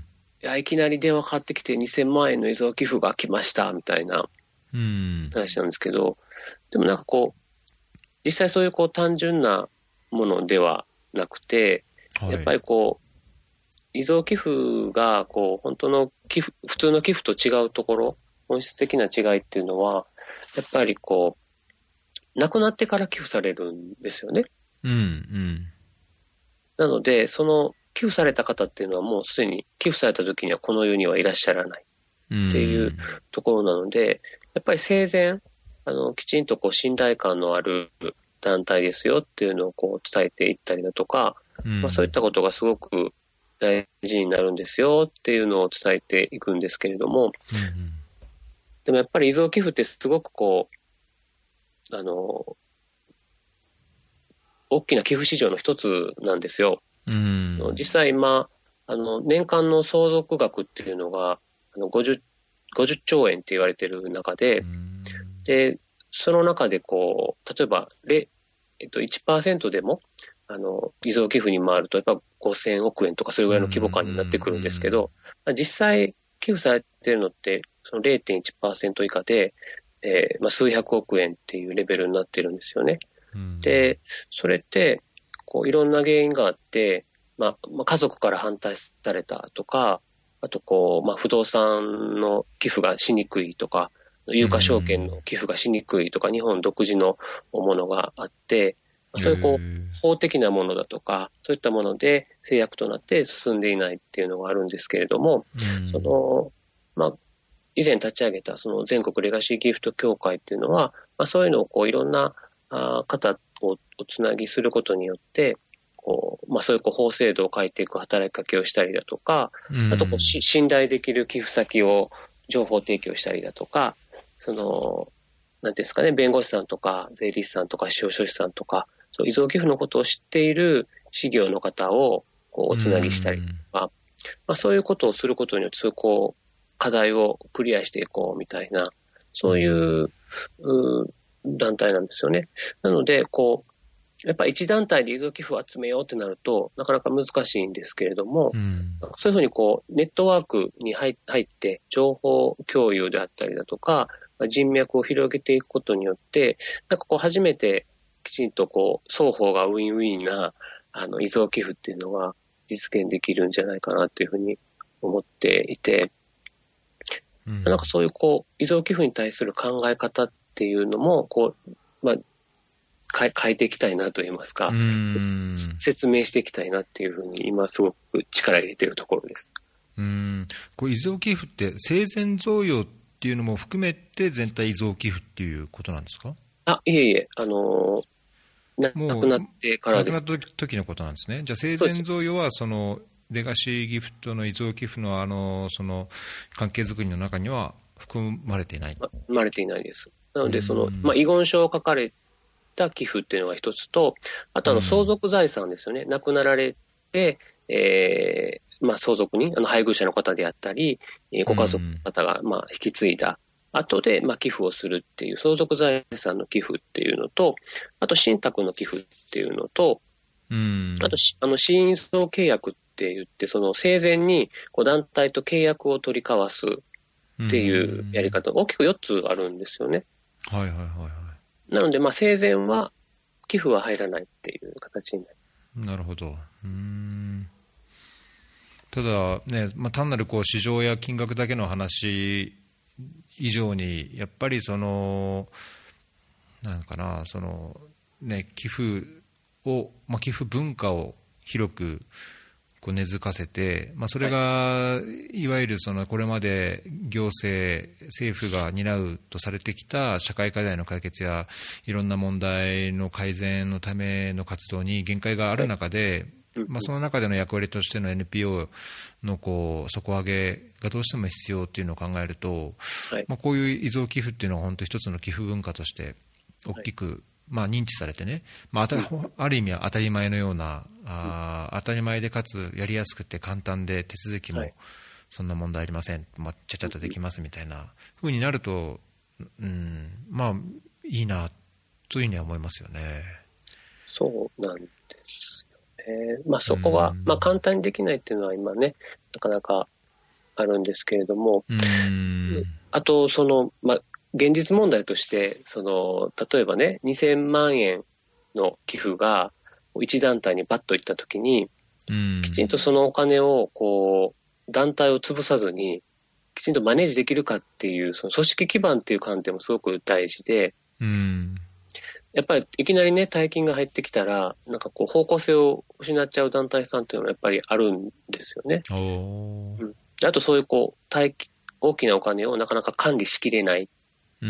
B: いや、いきなり電話かかってきてにせんまんえんの遺贈寄付が来ました、みたいな話なんですけど、でもなんかこう、実際そういうこう単純なものではなくて、はい、やっぱりこう、遺贈寄付がこう本当の寄付、普通の寄付と違うところ、本質的な違いっていうのは、やっぱりこう、亡くなってから寄付されるんですよね。
A: うんうん。な
B: ので、その寄付された方っていうのはもうすでに寄付された時にはこの世にはいらっしゃらないっていうところなので、やっぱり生前、あの、きちんとこう信頼感のある団体ですよっていうのをこう伝えていったりだとか、まあ、そういったことがすごく大事になるんですよっていうのを伝えていくんですけれども、うんうん、でもやっぱり遺贈寄付ってすごくこう、あの、大きな寄付市場の一つなんですよ。うん、実際今、あの、年間の相続額っていうのが、あの 50, 50兆円って言われてる中で、うん、で、その中でこう、例えば、えっと、いちパーセント でも、あの、遺贈寄付に回ると、やっぱごせんおくえんとかそれぐらいの規模感になってくるんですけど、実際寄付されてるのって、その れいてんいちパーセント 以下で、えーまあ、数百億円っていうレベルになってるんですよね。で、それって、こう、いろんな原因があって、まあ、まあ、家族から反対されたとか、あとこう、まあ、不動産の寄付がしにくいとか、有価証券の寄付がしにくいとか、日本独自のものがあって、そういうこう法的なものだとか、そういったもので制約となって進んでいないっていうのがあるんですけれども、その、まあ、以前立ち上げたその全国レガシーギフト協会っていうのは、まあ、そういうのをこういろんな方をつなぎすることによって、こう、まあ、そういうこう法制度を変えていく働きかけをしたりだとか、あとこうし信頼できる寄付先を情報提供したりだとか、その、なんていうんですかね、弁護士さんとか税理士さんとか司法書士さんとか、そう遺贈寄付のことを知っている事業の方をこうおつなぎしたりとか、まあ、そういうことをすることによって、そういうこう課題をクリアしていこうみたいな、そういう団体なんですよね。なので、こう、やっぱ一団体で遺贈寄付を集めようってなると、なかなか難しいんですけれども、うん、そういうふうにこう、ネットワークに入って、情報共有であったりだとか、人脈を広げていくことによって、なんかこう、初めてきちんとこう、双方がウィンウィンな、あの、遺贈寄付っていうのは実現できるんじゃないかなっていうふうに思っていて、うん、なんかそういうこう、遺贈寄付に対する考え方っていうのも、こう、まあ、変えていきたいなといいますか、説明していきたいなっていうふうに今すごく力入れているところです。
A: うーん、こう遺贈寄付って生前贈与っていうのも含めて全体遺贈寄付っていうことなんですか？
B: あ、いえいえ、あのー、亡くなってからです。
A: 亡くなった時のことなんですね。じゃあ生前贈与はそのレガシーギフトの遺贈寄付のあのその関係づくりの中には含まれていない。
B: ま、含まれていないです。なのでその、まあ、遺言書を書かれた寄付っていうのが一つと、あとあの相続財産ですよね。亡くなられて、えー、まあ相続にあの配偶者の方であったり、ご家族の方がまあ引き継いだ後でまあ寄付をするっていう相続財産の寄付っていうのと、あと信託の寄付っていうのと、うんあとあの信任相契約って言って、その生前にこう団体と契約を取り交わすっていうやり方、大きくよっつあるんですよね。
A: はいはいはいはい。
B: なので、まあ、生前は寄付は入らないっていう形になる。
A: なるほど。うーんただね、まあ、単なるこう市場や金額だけの話以上に、やっぱりその、なんかな、そのね、寄付を、まあ、寄付文化を広くこう根付かせて、まあ、それが、はい、いわゆるそのこれまで行政、政府が担うとされてきた社会課題の解決やいろんな問題の改善のための活動に限界がある中で、はいまあ、その中での役割としての エヌピーオー のこう底上げがどうしても必要というのを考えると、はいまあ、こういう遺贈寄付というのは本当に一つの寄付文化として大きく、はいまあ、認知されてね、まあ、ある意味は当たり前のような、あ当たり前でかつやりやすくて簡単で手続きもそんな問題ありません、まあ、ちゃちゃっとできますみたいな風になると、うん、まあいいなというふうには思いますよね。
B: そうなんですよね。まあ、そこは、まあ、簡単にできないっていうのは今ね、なかなかあるんですけれども、
A: うん
B: あとその、まあ、現実問題としてその例えばねにせんまんえんの寄付が一団体にバッといったときに、きちんとそのお金をこう団体を潰さずにきちんとマネージできるかっていうその組織基盤っていう観点もすごく大事で、
A: うん
B: やっぱりいきなりね大金が入ってきたらなんかこう方向性を失っちゃう団体さんっていうのはやっぱりあるんですよね。
A: お
B: うん、あとそういうこう大大きなお金をなかなか管理しきれない、
A: うん、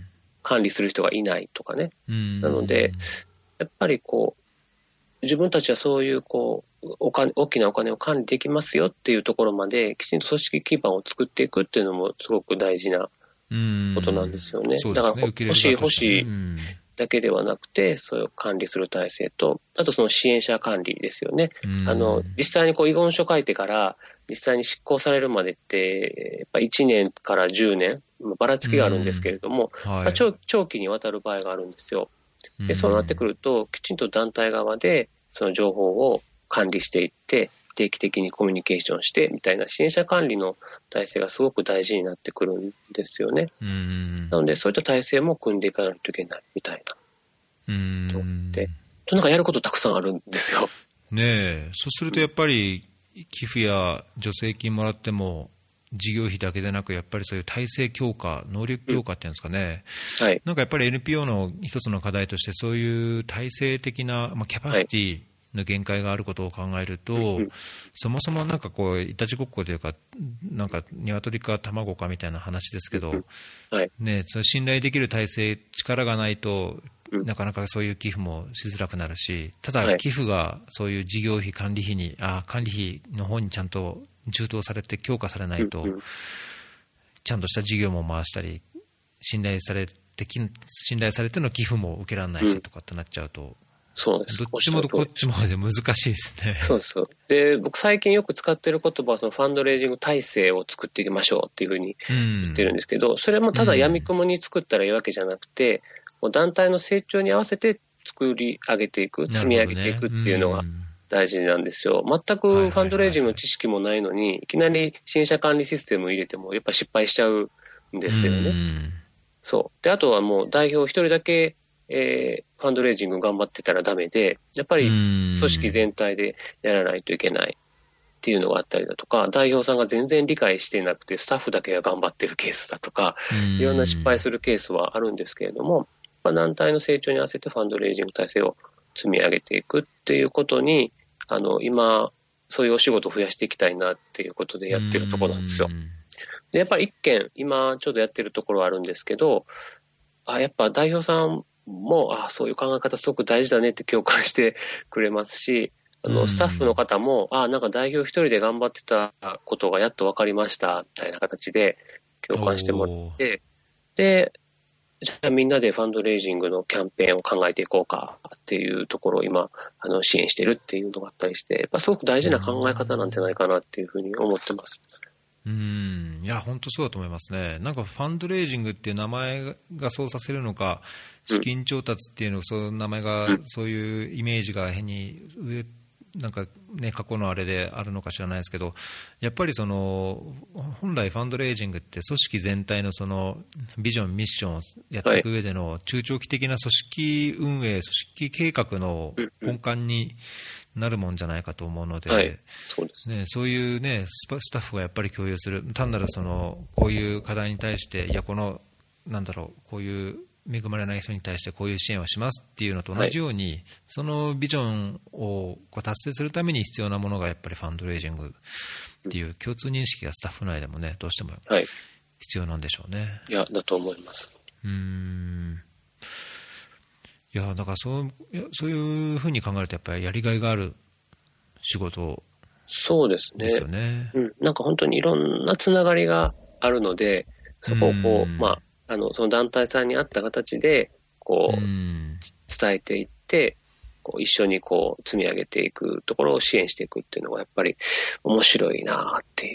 B: 管理する人がいないとかね、
A: うん、
B: なのでやっぱりこう自分たちはそういうこうお金大きなお金を管理できますよっていうところまできちんと組織基盤を作っていくっていうのもすごく大事なことなんですよね。
A: うん、
B: だから、
A: ね、
B: 欲しい欲しいだけではなくて、それを管理する体制と、あとその支援者管理ですよね。うん、あの実際にこう遺言書書いてから実際に執行されるまでってやっぱいちねんからじゅうねんばらつきがあるんですけれども、うん、はい、長, 長期にわたる場合があるんですよ。でそうなってくるときちんと団体側でその情報を管理していって定期的にコミュニケーションしてみたいな支援者管理の体制がすごく大事になってくるんですよね。
A: うん
B: なのでそういった体制も組んでいかないといけないみたいな。
A: うん
B: でとなんかやることたくさんあるんですよ。
A: ねえ、そうするとやっぱり寄付や助成金もらっても事業費だけでなくやっぱりそういう体制強化、能力強化っていうんですかね、
B: うん、はい、
A: なんかやっぱり エヌピーオー の一つの課題としてそういう体制的な、まあ、キャパシティの限界があることを考えると、はい、そもそもなんかこういたちごっこというかなんか鶏か卵かみたいな話ですけど、
B: うんはい
A: ね、その信頼できる体制力がないとなかなかそういう寄付もしづらくなるし、ただ寄付がそういう事業費管理費にあ管理費の方にちゃんと充当されて強化されないと、ちゃんとした事業も回したり信頼されて信頼されての寄付も受けられないしとかってなっちゃうと、
B: そうです。
A: どっちもこっちもで難しいですね。
B: そうそう。で、僕最近よく使ってる言葉はそのファンドレイジング体制を作っていきましょうっていうふうに言ってるんですけど、うん、それもただ闇雲に作ったらいいわけじゃなくて、うん、団体の成長に合わせて作り上げていく、積み上げていくっていうのが大事なんですよ。全くファンドレイジングの知識もないのに、いきなり支援者管理システムを入れてもやっぱ失敗しちゃうんですよね。うん、そう。で、あとはもう代表一人だけえー、ファンドレイジング頑張ってたらダメで、やっぱり組織全体でやらないといけないっていうのがあったりだとか、代表さんが全然理解していなくてスタッフだけが頑張ってるケースだとか、いろんな失敗するケースはあるんですけれども、まあ、団体の成長に合わせてファンドレイジング体制を積み上げていくっていうことに、あの今そういうお仕事を増やしていきたいなっていうことでやってるところなんですよ。でやっぱり一件今ちょうどやってるところはあるんですけど、あやっぱ代表さんもあそういう考え方すごく大事だねって共感してくれますし、あのスタッフの方もあなんか代表一人で頑張ってたことがやっと分かりましたみたいな形で共感してもらって、でじゃあみんなでファンドレイジングのキャンペーンを考えていこうかっていうところを今あの支援してるっていうのがあったりして、やっぱすごく大事な考え方なんじゃないかなっていうふうに思ってます。
A: うーんいや本当そうだと思いますね。なんかファンドレイジングっていう名前がそうさせるのか、資金調達っていうのその名前が、うん、そういうイメージが変に上なんかね過去のあれであるのか知らないですけど、やっぱりその本来ファンドレイジングって組織全体のそのビジョンミッションをやっていく上での中長期的な組織運営組織計画の根幹になるもんじゃないかと思うので、
B: はい、そうです
A: ね、そういうねスタッフがやっぱり共有する、単なるそのこういう課題に対していやこのなんだろうこういう恵まれない人に対してこういう支援をしますっていうのと同じように、はい、そのビジョンをこう達成するために必要なものがやっぱりファンドレイジングっていう共通認識がスタッフ内でもねどうしても必要なんでしょうね。はい、
B: いやだと思います。
A: うーんいやだからそうそういうふうに考えるとやっぱりやりがいがある仕事
B: そうですね。
A: ですよね。
B: うん、なんか本当にいろんなつながりがあるので、そこをこうまああのその団体さんに合った形でこう伝えていってこう一緒にこう積み上げていくところを支援していくっていうのがやっぱり面白いなっていうと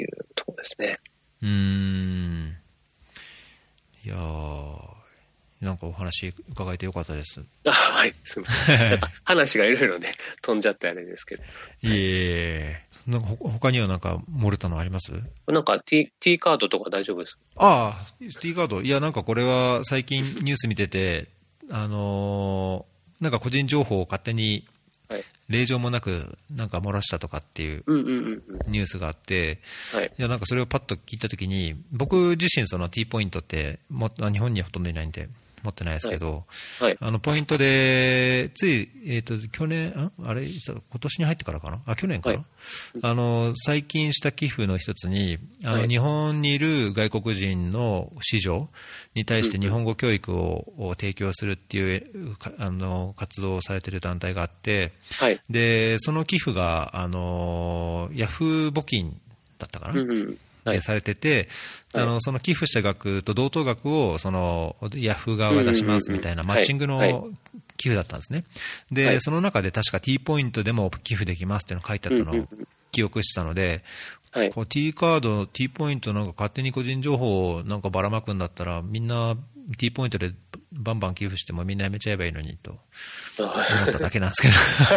B: ところですね。
A: うーん。いやー、なんかお話伺えてよかったです。
B: あ、はい、すみません。やっぱ話がいろいろね、飛んじゃってあれですけど。
A: いえいえ、なんか他にはなんか漏れたのあります？
B: なんか T, T カードとか大丈夫ですか？
A: ああ、T カード。いや、なんかこれは最近ニュース見てて、あのー、なんか個人情報を勝手に令状もなくなんか漏らしたとかっていうニュースがあって、いや、なんかそれをパッと聞いたときに、僕自身その T ポイントっても日本にはほとんどいないんで持ってないですけど、はいはい、あのポイントでつい、えー、と去年ああれ今年に入ってからかなあ去年かな、はい、あの最近した寄付の一つにあの、はい、日本にいる外国人の子女に対して日本語教育を、うん、を提供するっていうあの活動をされている団体があって、はい、でその寄付があのヤフー募金だったかな、うんうんはい、されてて、あのその寄付した額と同等額をそのヤフー側が出しますみたいなマッチングの寄付だったんですね。で、はい、その中で確か T ポイントでも寄付できますっていうのが書いてあったのを記憶したので、はい、こう T カード、T ポイントなんか勝手に個人情報をなんかばらまくんだったらみんな T ポイントでバンバン寄付してもみんなやめちゃえばいいのにと思っただけなんですけど。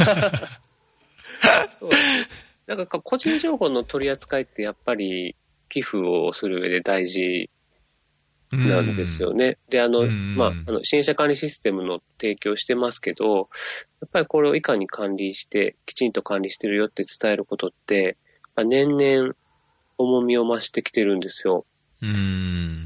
B: そうなんか個人情報の取り扱いってやっぱり寄付をする上で大事なんですよね。で、あの、まあ、あの、支援者管理システムの提供してますけど、やっぱりこれをいかに管理して、きちんと管理してるよって伝えることって、年々重みを増してきてるんですよ。
A: うん。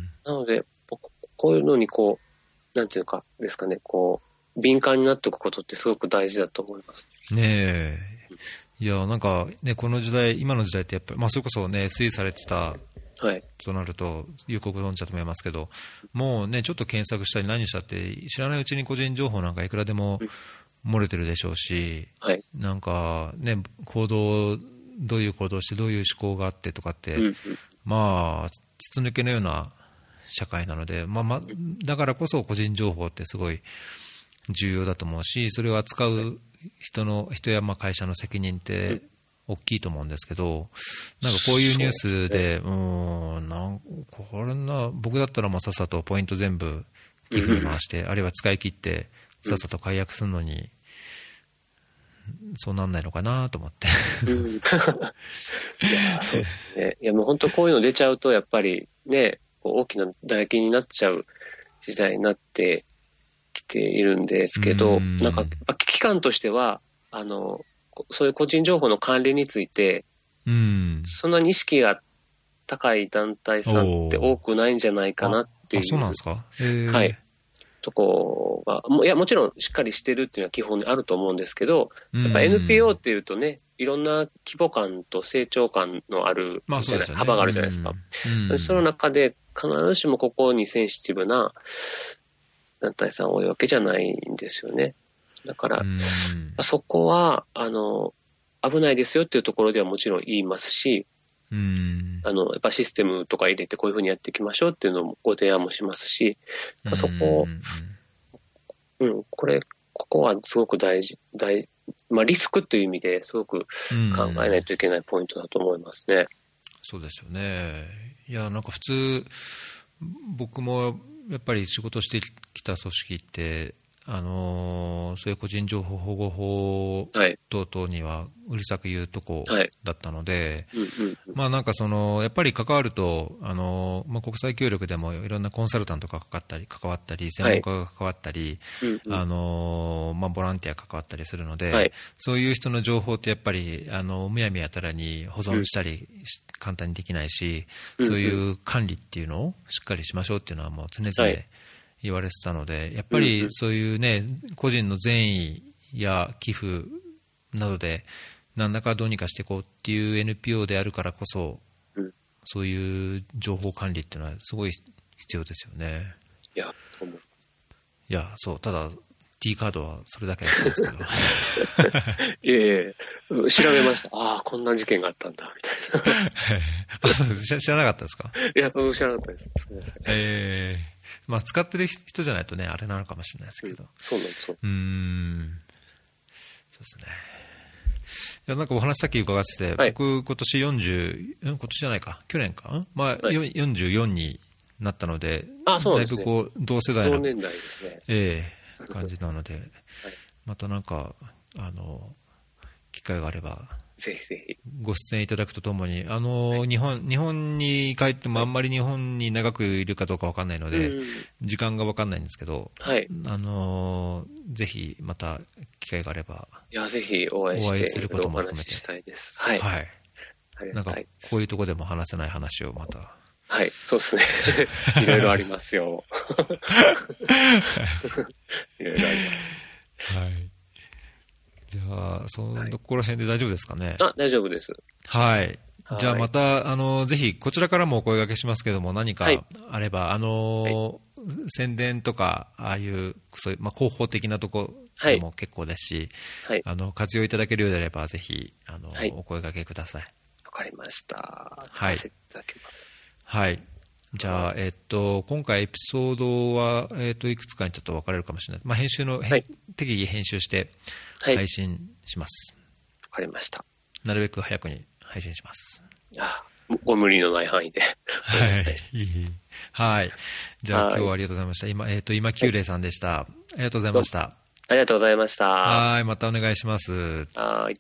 B: なので、こういうのにこう、なんていうかですかね、こう、敏感になっておくことってすごく大事だと思います。
A: ねえ。いや、なんかね、この時代、今の時代ってやっぱり、まあ、それこそね、推移されてた、はい、となると、有効ご存知だと思いますけど、もうね、ちょっと検索したり何したって、知らないうちに個人情報なんかいくらでも漏れてるでしょうし、はい、なんかね、行動、どういう行動して、どういう思考があってとかって、うんうん、まあ、筒抜けのような社会なので、まあまあ、だからこそ個人情報ってすごい重要だと思うし、それを扱う人の、人やまあ会社の責任って、大きいと思うんですけど、なんかこういうニュースで、うーん、なんこれな、僕だったらもうさっさとポイント全部寄付に回して、うん、あるいは使い切ってさっさと解約するのに、うん、そうなんないのかなと思って。うん、い
B: や、そうですね。いや、もう本当こういうの出ちゃうと、やっぱりね、大きな唾液になっちゃう時代になってきているんですけど、うん、なんかやっぱ危機感としては、あの、そういう個人情報の管理について、うん、そんなに意識が高い団体さんって多くないんじゃないかなっていう。
A: あ、そうなんですか？へー。
B: はい。とこが、もいや、もちろんしっかりしてるっていうのは基本にあると思うんですけど、やっぱ エヌピーオー っていうとね、いろんな規模感と成長感のある、まあそうですよね、幅があるじゃないですか。うん、その中で必ずしもここにセンシティブな団体さん多いわけじゃないんですよね。だから、そこは、あの、危ないですよっていうところではもちろん言いますし、うん、あの、やっぱシステムとか入れてこういうふうにやっていきましょうっていうのもご提案もしますし、そこ、うん、これ、ここはすごく大事、大事、まあリスクという意味ですごく考えないといけないポイントだと思いますね。
A: そうですよね。いや、なんか普通、僕もやっぱり仕事してきた組織って、あのー、そういう個人情報保護法等々にはうるさく言うとこだったので、まあなんかそのやっぱり関わると、あのーまあ、国際協力でもいろんなコンサルタントが関わったり、関わったり専門家が関わったり、あのーまあ、ボランティアが関わったりするので、はい、そういう人の情報ってやっぱりあのむやみやたらに保存したり簡単にできないし、そういう管理っていうのをしっかりしましょうっていうのはもう常々、はい言われてたので、やっぱりそういうね、個人の善意や寄付などで何らかどうにかしていこうっていう エヌピーオー であるからこそ、そういう情報管理っていうのはすごい必要ですよね。
B: いや、思う。
A: いや、そう、ただ T カードはそれだけだったんですけど。
B: いえいえ、調べました。ああ、こんな事件があったんだみたいな。
A: あ、そうです。知らなかったですか？
B: いや、知らなかったです。すみません。
A: えーまあ、使ってる人じゃないとね、あれなのかもしれないですけど。うん、
B: そうなんです。
A: うーん。そうですね。 やなんかお話さっき伺ってて、はい、僕、今年よんじゅう、今年じゃないか、去年か、まあはい、よんじゅうよんになったので、
B: あそうですね、
A: だいぶこう同世代の
B: 同年代ですね、
A: ええ、感じなので、はい、またなんか、あの機会があれば、
B: ぜひぜひ
A: ご出演いただくとともに、あの、はい、日本、日本に帰ってもあんまり日本に長くいるかどうか分かんないので、はい、時間が分かんないんですけど、
B: はい、
A: あのぜひまた機会があれば、
B: いやぜひお会いして、
A: お会いすることも含めて
B: お話ししたいです。はい。
A: はい。なんかこういうところでも話せない話をまた。
B: はい、そうですね。いろいろありますよ。いろいろあります。
A: はい。じゃあ、そのところ辺で大丈夫ですかね。
B: あ、大丈夫です。
A: はい。じゃあまた、あの、ぜひ、こちらからもお声掛けしますけども、何かあれば、はい、あの、はい、宣伝とか、ああいう、そういう、まあ、広報的なところでも結構ですし、はい、あの、活用いただけるようであれば、ぜひ、あの、はい、お声掛けください。
B: わかりました。使わせていただきます。
A: はい。はい、じゃあ、えっと、今回エピソードは、えっと、いくつかにちょっと分かれるかもしれない。まあ、編集の、はい、適宜編集して、配信します。わ、
B: はい、かりました。
A: なるべく早くに配信します。
B: あ、ご無理のない範囲で。
A: はい。はい。じゃあ今日はありがとうございました。今、えっと、今九霊さんでした。ありがとうございました。
B: ありがとうございました。
A: はい。またお願いします。
B: はい。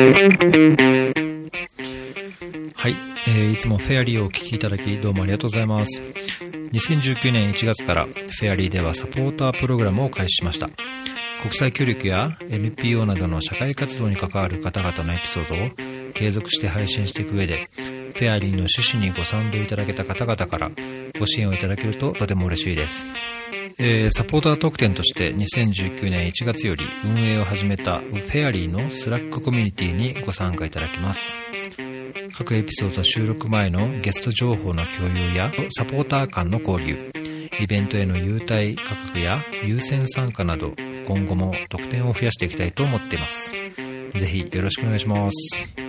A: はい、えー。いつもフェアリーをお聞きいただきどうもありがとうございます。にせんじゅうきゅうねんいちがつからフェアリーではサポータープログラムを開始しました。国際協力や エヌピーオー などの社会活動に関わる方々のエピソードを継続して配信していく上で、フェアリーの趣旨にご賛同いただけた方々からご支援をいただけるととても嬉しいです。えー、サポーター特典としてにせんじゅうきゅうねんいちがつより運営を始めたフェアリーのスラックコミュニティにご参加いただけます。各エピソード収録前のゲスト情報の共有やサポーター間の交流、イベントへの優待価格や優先参加など、今後も特典を増やしていきたいと思っています。ぜひよろしくお願いします。